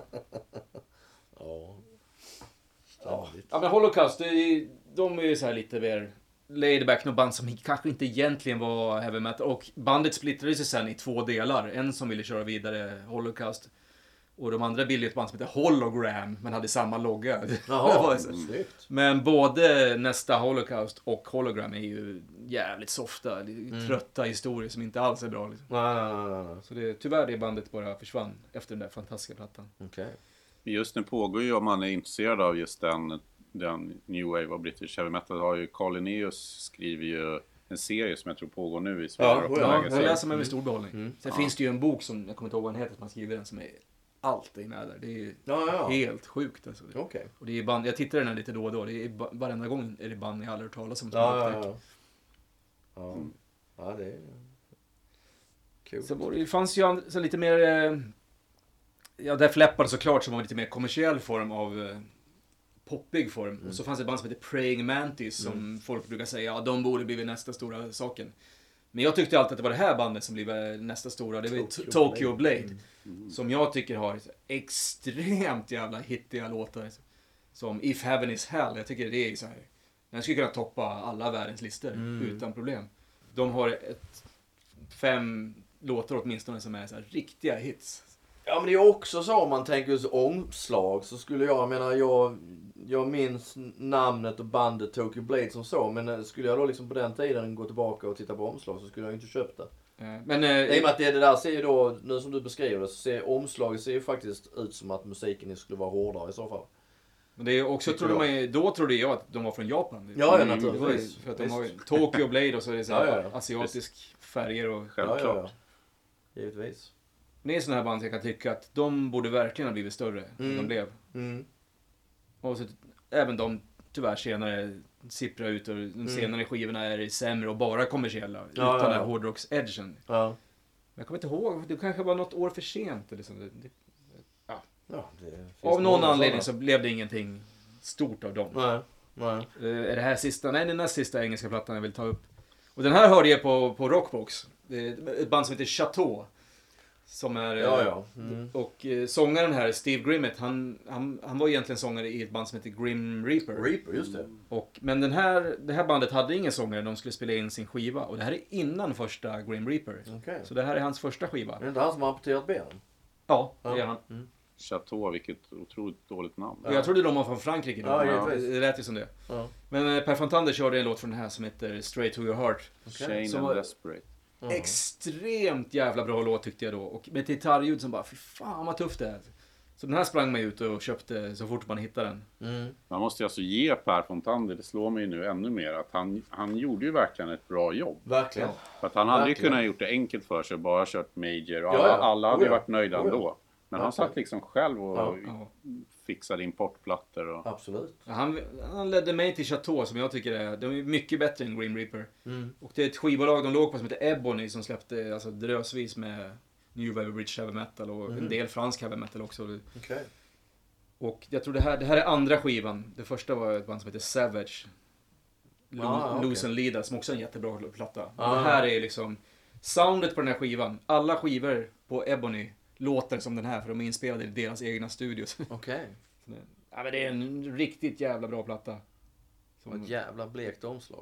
Ja. ja. Ständigt. ja men Holocaust, det är, de är ju så här lite mer laidback, något band som kanske inte egentligen var heavy metal. Och bandet splittrade sig sen i två delar. En som ville köra vidare Holocaust. Och de andra bildade ett band som heter Hologram, men hade samma logga. Det Jaha, var så. snyggt. Men både nästa Holocaust och Hologram är ju jävligt softa, trötta historier som inte alls är bra. Liksom. Nej, nej, nej, nej. Så det, tyvärr det bandet bara försvann efter den där fantastiska plattan. Okej. Just nu pågår ju, om man är intresserad av just den, den New Wave av British Heavy Metal, har ju Carl Linnaeus skriver ju en serie som jag tror pågår nu i Sverige. Ja, och på ja, väg Ja, att jag se. läser mig med stor behållning. Mm. Sen Ja. finns det ju en bok som, jag kommer inte ihåg vad den heter, som han skriver den, som är allt är med där. Det är Ja, ja, ja. helt sjukt alltså. Okej. Och det är band, jag tittar den här lite då och då, det är ba- varenda gång är det band jag aldrig hört talas om. som Ja, jag ja, upptäckt. ja. Ja, ja det är kul. Så var det, det fanns ju and, så lite mer, eh, ja Def Leppard såklart, som var lite mer kommersiell form av eh, poppig form. Mm. Och så fanns det ett band som heter Praying Mantis som folk brukar säga, ja de borde blivit nästa stora saken. Men jag tyckte alltid att det var det här bandet som blev eh, nästa stora, det var Tokyo Tokyo, Tokyo Blade. Blade. Mm. Som jag tycker har extremt jävla hittiga låtar. Som If Heaven Is Hell, jag tycker det är så här. Den skulle kunna toppa alla världens listor Mm. utan problem. De har ett fem låtar åtminstone som är så här riktiga hits. Ja, men det är också så om man tänker just omslag så skulle jag, jag menar jag, jag minns namnet och bandet Tokyo Blade som så, men skulle jag då liksom på den tiden gå tillbaka och titta på omslag så skulle jag inte köpt det. Eh, Men eh, I och med att det, det där ser ju då, nu som du beskriver det, så ser omslaget ser ju faktiskt ut som att musiken skulle vara hårdare i så fall. men det är också, Tycker trodde jag. man, ju- då trodde jag att de var från Japan. Ja, ja, Mm, det var ju naturligtvis. för att de Visst. har ju Tokyo Blade och så är det så här Ja, ja, ja. asiatisk färger och... Ja, Självklart. ja, ja. Givetvis. Det är sådana här band som jag kan tycka att de borde verkligen ha blivit större än Mm. de blev. Mm. Och så, även de tyvärr senare sipprar ut och de senare skivorna är sämre och bara kommersiella. Ja, utan ja, den ja. här hårdrocks-edgen. Ja. Jag kommer inte ihåg, det kanske var något år för sent. Eller så. Det, det, Ja, det finns av någon många anledning så sådana. blev det ingenting stort av dem. Nej, nej. Eh, är det här sista? Nej, den här sista engelska plattan jag vill ta upp. Och den här hörde jag på, på Rockbox. Det är ett band som heter Chateau. Som är... eh, Ja, ja. Mm. Och eh, sångaren här, Steve Grimmett, han, han, han var egentligen sångare i ett band som heter Grim Reaper. Reaper, just det. Och, men den här, det här bandet hade ingen sångare, de skulle spela in sin skiva. Och det här är innan första Grim Reaper. Okej. Så det här är hans första skiva. Är det inte han som har amputerat benen? Ja, det är han. Mm. Chateau, vilket otroligt dåligt namn. Och jag trodde de var från Frankrike då. Ja, Ja, givetvis. det lät ju som det. Ja. Men eh, Per Fontander körde en låt från den här som heter Straight to your heart. Shane Så and var- Desperate. Ja. Extremt jävla bra låt tyckte jag då. Och med ett gitarrljud som bara, fy fan vad tufft det är. Så den här sprang man ut och köpte så fort man hittade den. Mm. Man måste ju alltså ge Per Fontander, det slår mig ju nu ännu mer, att han, han gjorde ju verkligen ett bra jobb. Verkligen. För att han hade ju Verkligen. kunnat gjort det enkelt för sig och bara kört major och Ja, alla, ja. alla hade Oh, ju ja. varit nöjda Oh, ja. ändå. Men han Verkligen. satt liksom själv och Ja. Ja. fixade importplattor och... Absolut. Han, han ledde mig till Chateau som jag tycker är, de är mycket bättre än Grim Reaper. Mm. Och det är ett skivbolag de låg på som heter Ebony som släppte alltså, drösvis med New Wave British Heavy Metal och Mhm. en del fransk heavy metal också. Okej. Och jag tror det här, det här är andra skivan. Det första var ett band som heter Savage. Lo- Ah, okej. Lose and Lead, som också är en jättebra platta. Ah. Det här är liksom soundet på den här skivan. Alla skivor på Ebony låter som den här för de är inspelade i deras egna studios. Okej. Så det- ja, men det är en riktigt jävla bra platta. Det var ett jävla blekt omslag.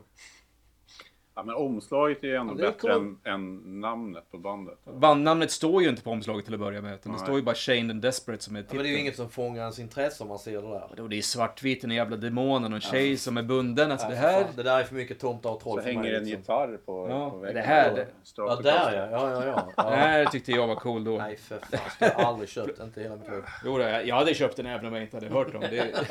Ja, men omslaget är ju ändå Ja, det är bättre coolt. än, än namnet på bandet. Bandnamnet står ju inte på omslaget till att börja med. Utan det Nej. står ju bara Shane and Desperate som är Ja, titeln. men det är ju inget som fångar ens intresse om man ser det där. Och det är svartvitt, den jävla demonen och en tjej som är bunden. Alltså Ja, det för här... fan. Det där är för mycket tomtar och troll Så för hänger mig. en liksom. gitarr på, Ja, på väggen. det här, det- Ja, där ja. Ja, ja, ja. Det ja. här tyckte jag var cool då. Nej, för fan. Skulle jag aldrig köpt. Inte hela mitt liv. Jo, då, jag jag hade köpt den även om jag inte hade hört dem. Det...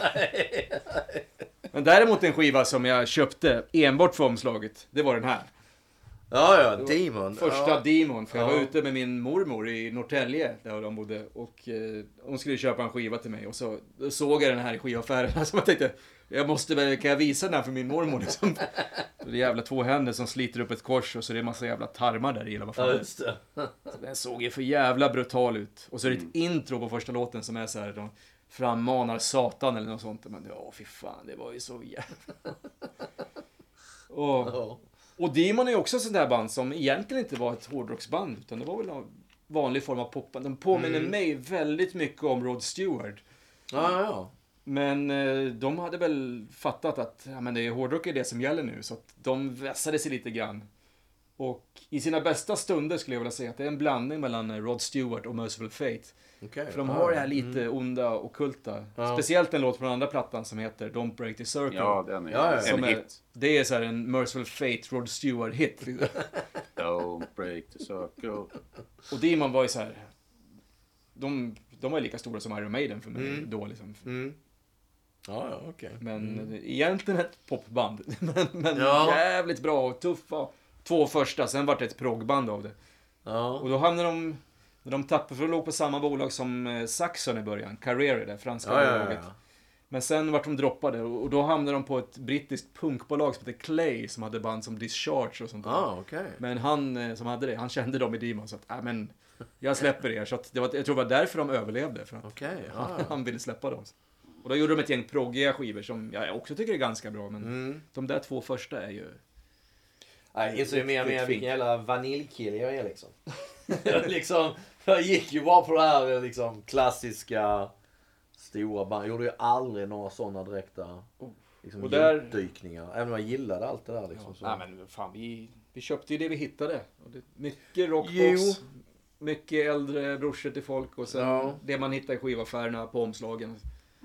Men däremot en skiva som jag köpte enbart för omslaget, det var den här. Ja, ja. Demon. Första ja. Demon, för jag var Ja. ute med min mormor i Norrtälje, där de bodde. Och eh, hon skulle köpa en skiva till mig. Och så då såg jag den här i skivaffären. Så jag tänkte, jag måste väl, kan jag visa den här för min mormor liksom? Så det är jävla två händer som sliter upp ett kors och så är det en massa jävla tarmar där i. Eller vad fan. Ja, just det. Så den såg ju för jävla brutal ut. Och så är det ett intro på första låten som är så här, de frammanar satan eller något sånt. Men ja, fy fan, det var ju så jävla... Och, Ja. och Demon är ju också ett sånt där band som egentligen inte var ett hårdrocksband, utan det var väl en vanlig form av popband. De påminner Mm. mig väldigt mycket om Rod Stewart. Ja, ja. Men eh, de hade väl fattat att ja, men det är hårdrock är det som gäller nu, så att de vässade sig lite grann. Och i sina bästa stunder skulle jag vilja säga att det är en blandning mellan eh, Rod Stewart och Merciful Fate. Okej. För de Ja. har det här lite onda och kulta. Ja. Speciellt en låt på den andra plattan som heter Don't Break the Circle. Ja, den är Ja, ja. en som är, hit. det är så här en Merciful Fate Rod Stewart hit. Don't break the circle. Och Demon var ju så här. De, de var ju lika stora som Iron Maiden för mig Mm. då liksom. Mm. Ja, ja, okej. Men egentligen ett popband. men men Ja. jävligt bra och tuffa. Två första, sen var det ett proggband av det. Ja. Och då hamnade de, när de tappade, för de låg på samma bolag som eh, Saxon i början. Carrere, det franska Ja, ja, ja, bolaget. ja. Men sen vart de droppade och då hamnade de på ett brittiskt punkbolag som heter Clay som hade band som Discharge och sånt där. Ah, okej. Men han eh, som hade det, han kände dem i Demon så att, äh, men jag släpper er. Så att det var, jag tror det var därför de överlevde. För att Okej, ja, han, ja. han ville släppa dem. Och då gjorde de ett gäng proggiga skivor som jag också tycker är ganska bra. Men Mm. de där två första är ju... Jag inser ju mer och mer Riktigt vilken fint. jävla vaniljkille jag är liksom. jag, liksom. Jag gick ju bara på det här liksom, klassiska stora band. Jag gjorde ju aldrig några sådana direkta liksom, Och där- djupdykningar. Även om jag gillade allt det där liksom. Så. Nej men fan, vi, vi köpte ju det vi hittade. Och det, mycket rockbox. Jo. mycket äldre brorsor till folk och sen Ja. det man hittar i skivaffärerna på omslagen.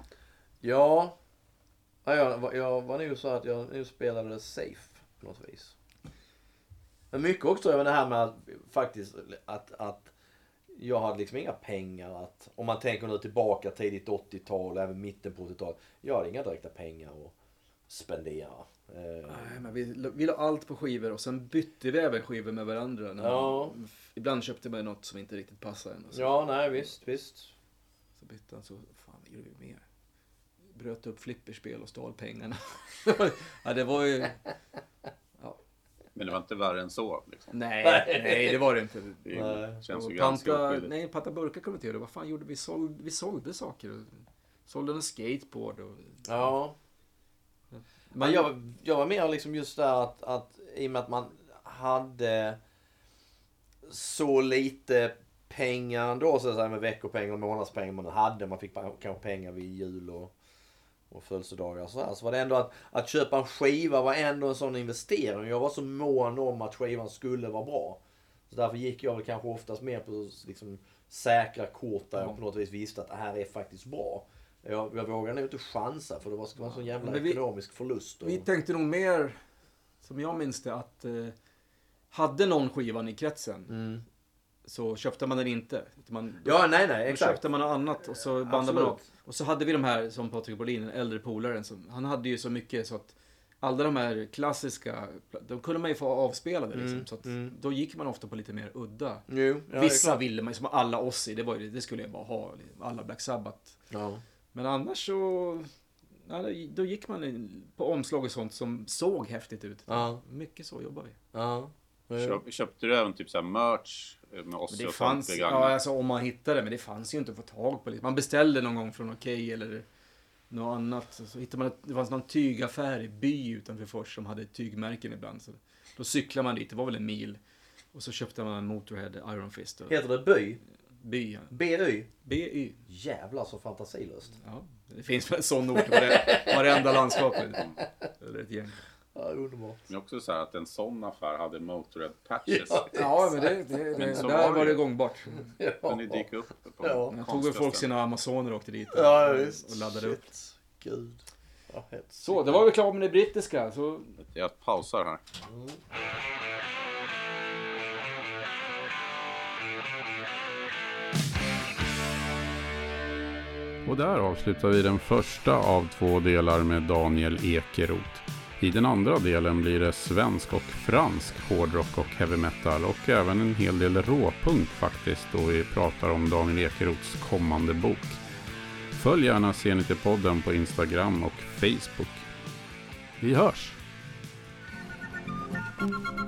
Ja. Ja, jag, var- jag var nog så att jag nu spelade det safe på något vis. Men mycket också över det här med att faktiskt att, att jag hade liksom inga pengar att, om man tänker nu tillbaka tidigt åttiotal, även mitten på åttiotalet. Jag hade inga direkta pengar att spendera. Eh, Nej, men vi, vi la allt på skivor och sen bytte vi även skivor med varandra. När Ja. Ibland köpte man något som inte riktigt passade en. Och så, Ja, nej visst, visst. så bytte han så, fan vad gjorde vi mer? Bröt upp flipperspel och stal pengarna. Ja, det var ju... Men det var inte värre än så. Liksom. Nej, nej det var det inte. Det är- Nej. känns ju Och ganska panta, oskyldigt. nej, panta burkar kunde vi inte göra. Vad fan gjorde vi? Såld, vi sålde saker. Och, sålde en skateboard. Och, Ja. man, Men jag, jag var mer liksom just där att, att i och med att man hade så lite pengar ändå, så att säga, med veckopengar och månadspengar man hade. Man fick kanske pengar vid jul och, och födelsedagar och så här. Så var det ändå att, att köpa en skiva var ändå en sån investering. Jag var så mån om att skivan skulle vara bra. Så därför gick jag väl kanske oftast mer på liksom säkra kort där jag på något vis visste att det här är faktiskt bra. Jag, jag vågade nog inte chansa för det var, skulle vara en sån jävla Men vi- ekonomisk förlust. Och, vi tänkte nog mer, som jag minns det, att eh, hade någon skivan i kretsen mm. så köpte man den inte. Man, Ja, nej, nej, Då exakt. köpte man något annat och så bandade man av. Absolut. Och så hade vi de här, som Patrik Bolin, den äldre polaren, som, han hade ju så mycket så att alla de här klassiska, de kunde man ju få avspelade liksom. Mm, Så att mm. då gick man ofta på lite mer udda. Jo, ja, det är Vissa klart. ville man ju, som alla Ozzy, det, var ju, det skulle jag bara ha, alla Black Sabbath. Ja. Men annars så, ja, då gick man in på omslag och sånt som såg häftigt ut. Ja. Mycket så jobbar vi. Ja. Köp, köpte du även typ så här merch med oss Men det och fanns, sånt? ja, alltså om man hittade, men det fanns ju inte att få tag på. Man beställde någon gång från Okej eller något annat. Så hittade man ett, det fanns någon tygaffär i by utanför Fors som hade tygmärken ibland. Så då cyklade man dit, det var väl en mil. Och så köpte man en Motorhead Iron Fist. Och Heter det by? by, ja. B-Y? B Y. Jävlar så fantasilöst. Ja, det finns väl en sån ort på det, varenda landskap. Eller ett gäng. Ja, underbart. Det är också så här att en sån affär hade Motorhead patches. Ja. Ja, men det, det, Men det så där var det var det ju. gångbart. Men det dyker upp på Ja. Jag tog väl konstigaste. folk sina Amazoner och åkte dit och, Ja, visst. och laddade Shit. upp. Gud. Ja, helt Så, det var väl klart med det brittiska. Så Jag pausar här. Och där avslutar vi den första av två delar med Daniel Ekeroth. I den andra delen blir det svensk och fransk hårdrock och heavy metal och även en hel del råpunk faktiskt då vi pratar om Daniel Ekeroths kommande bok. Följ gärna Zenit-podden på Instagram och Facebook. Vi hörs!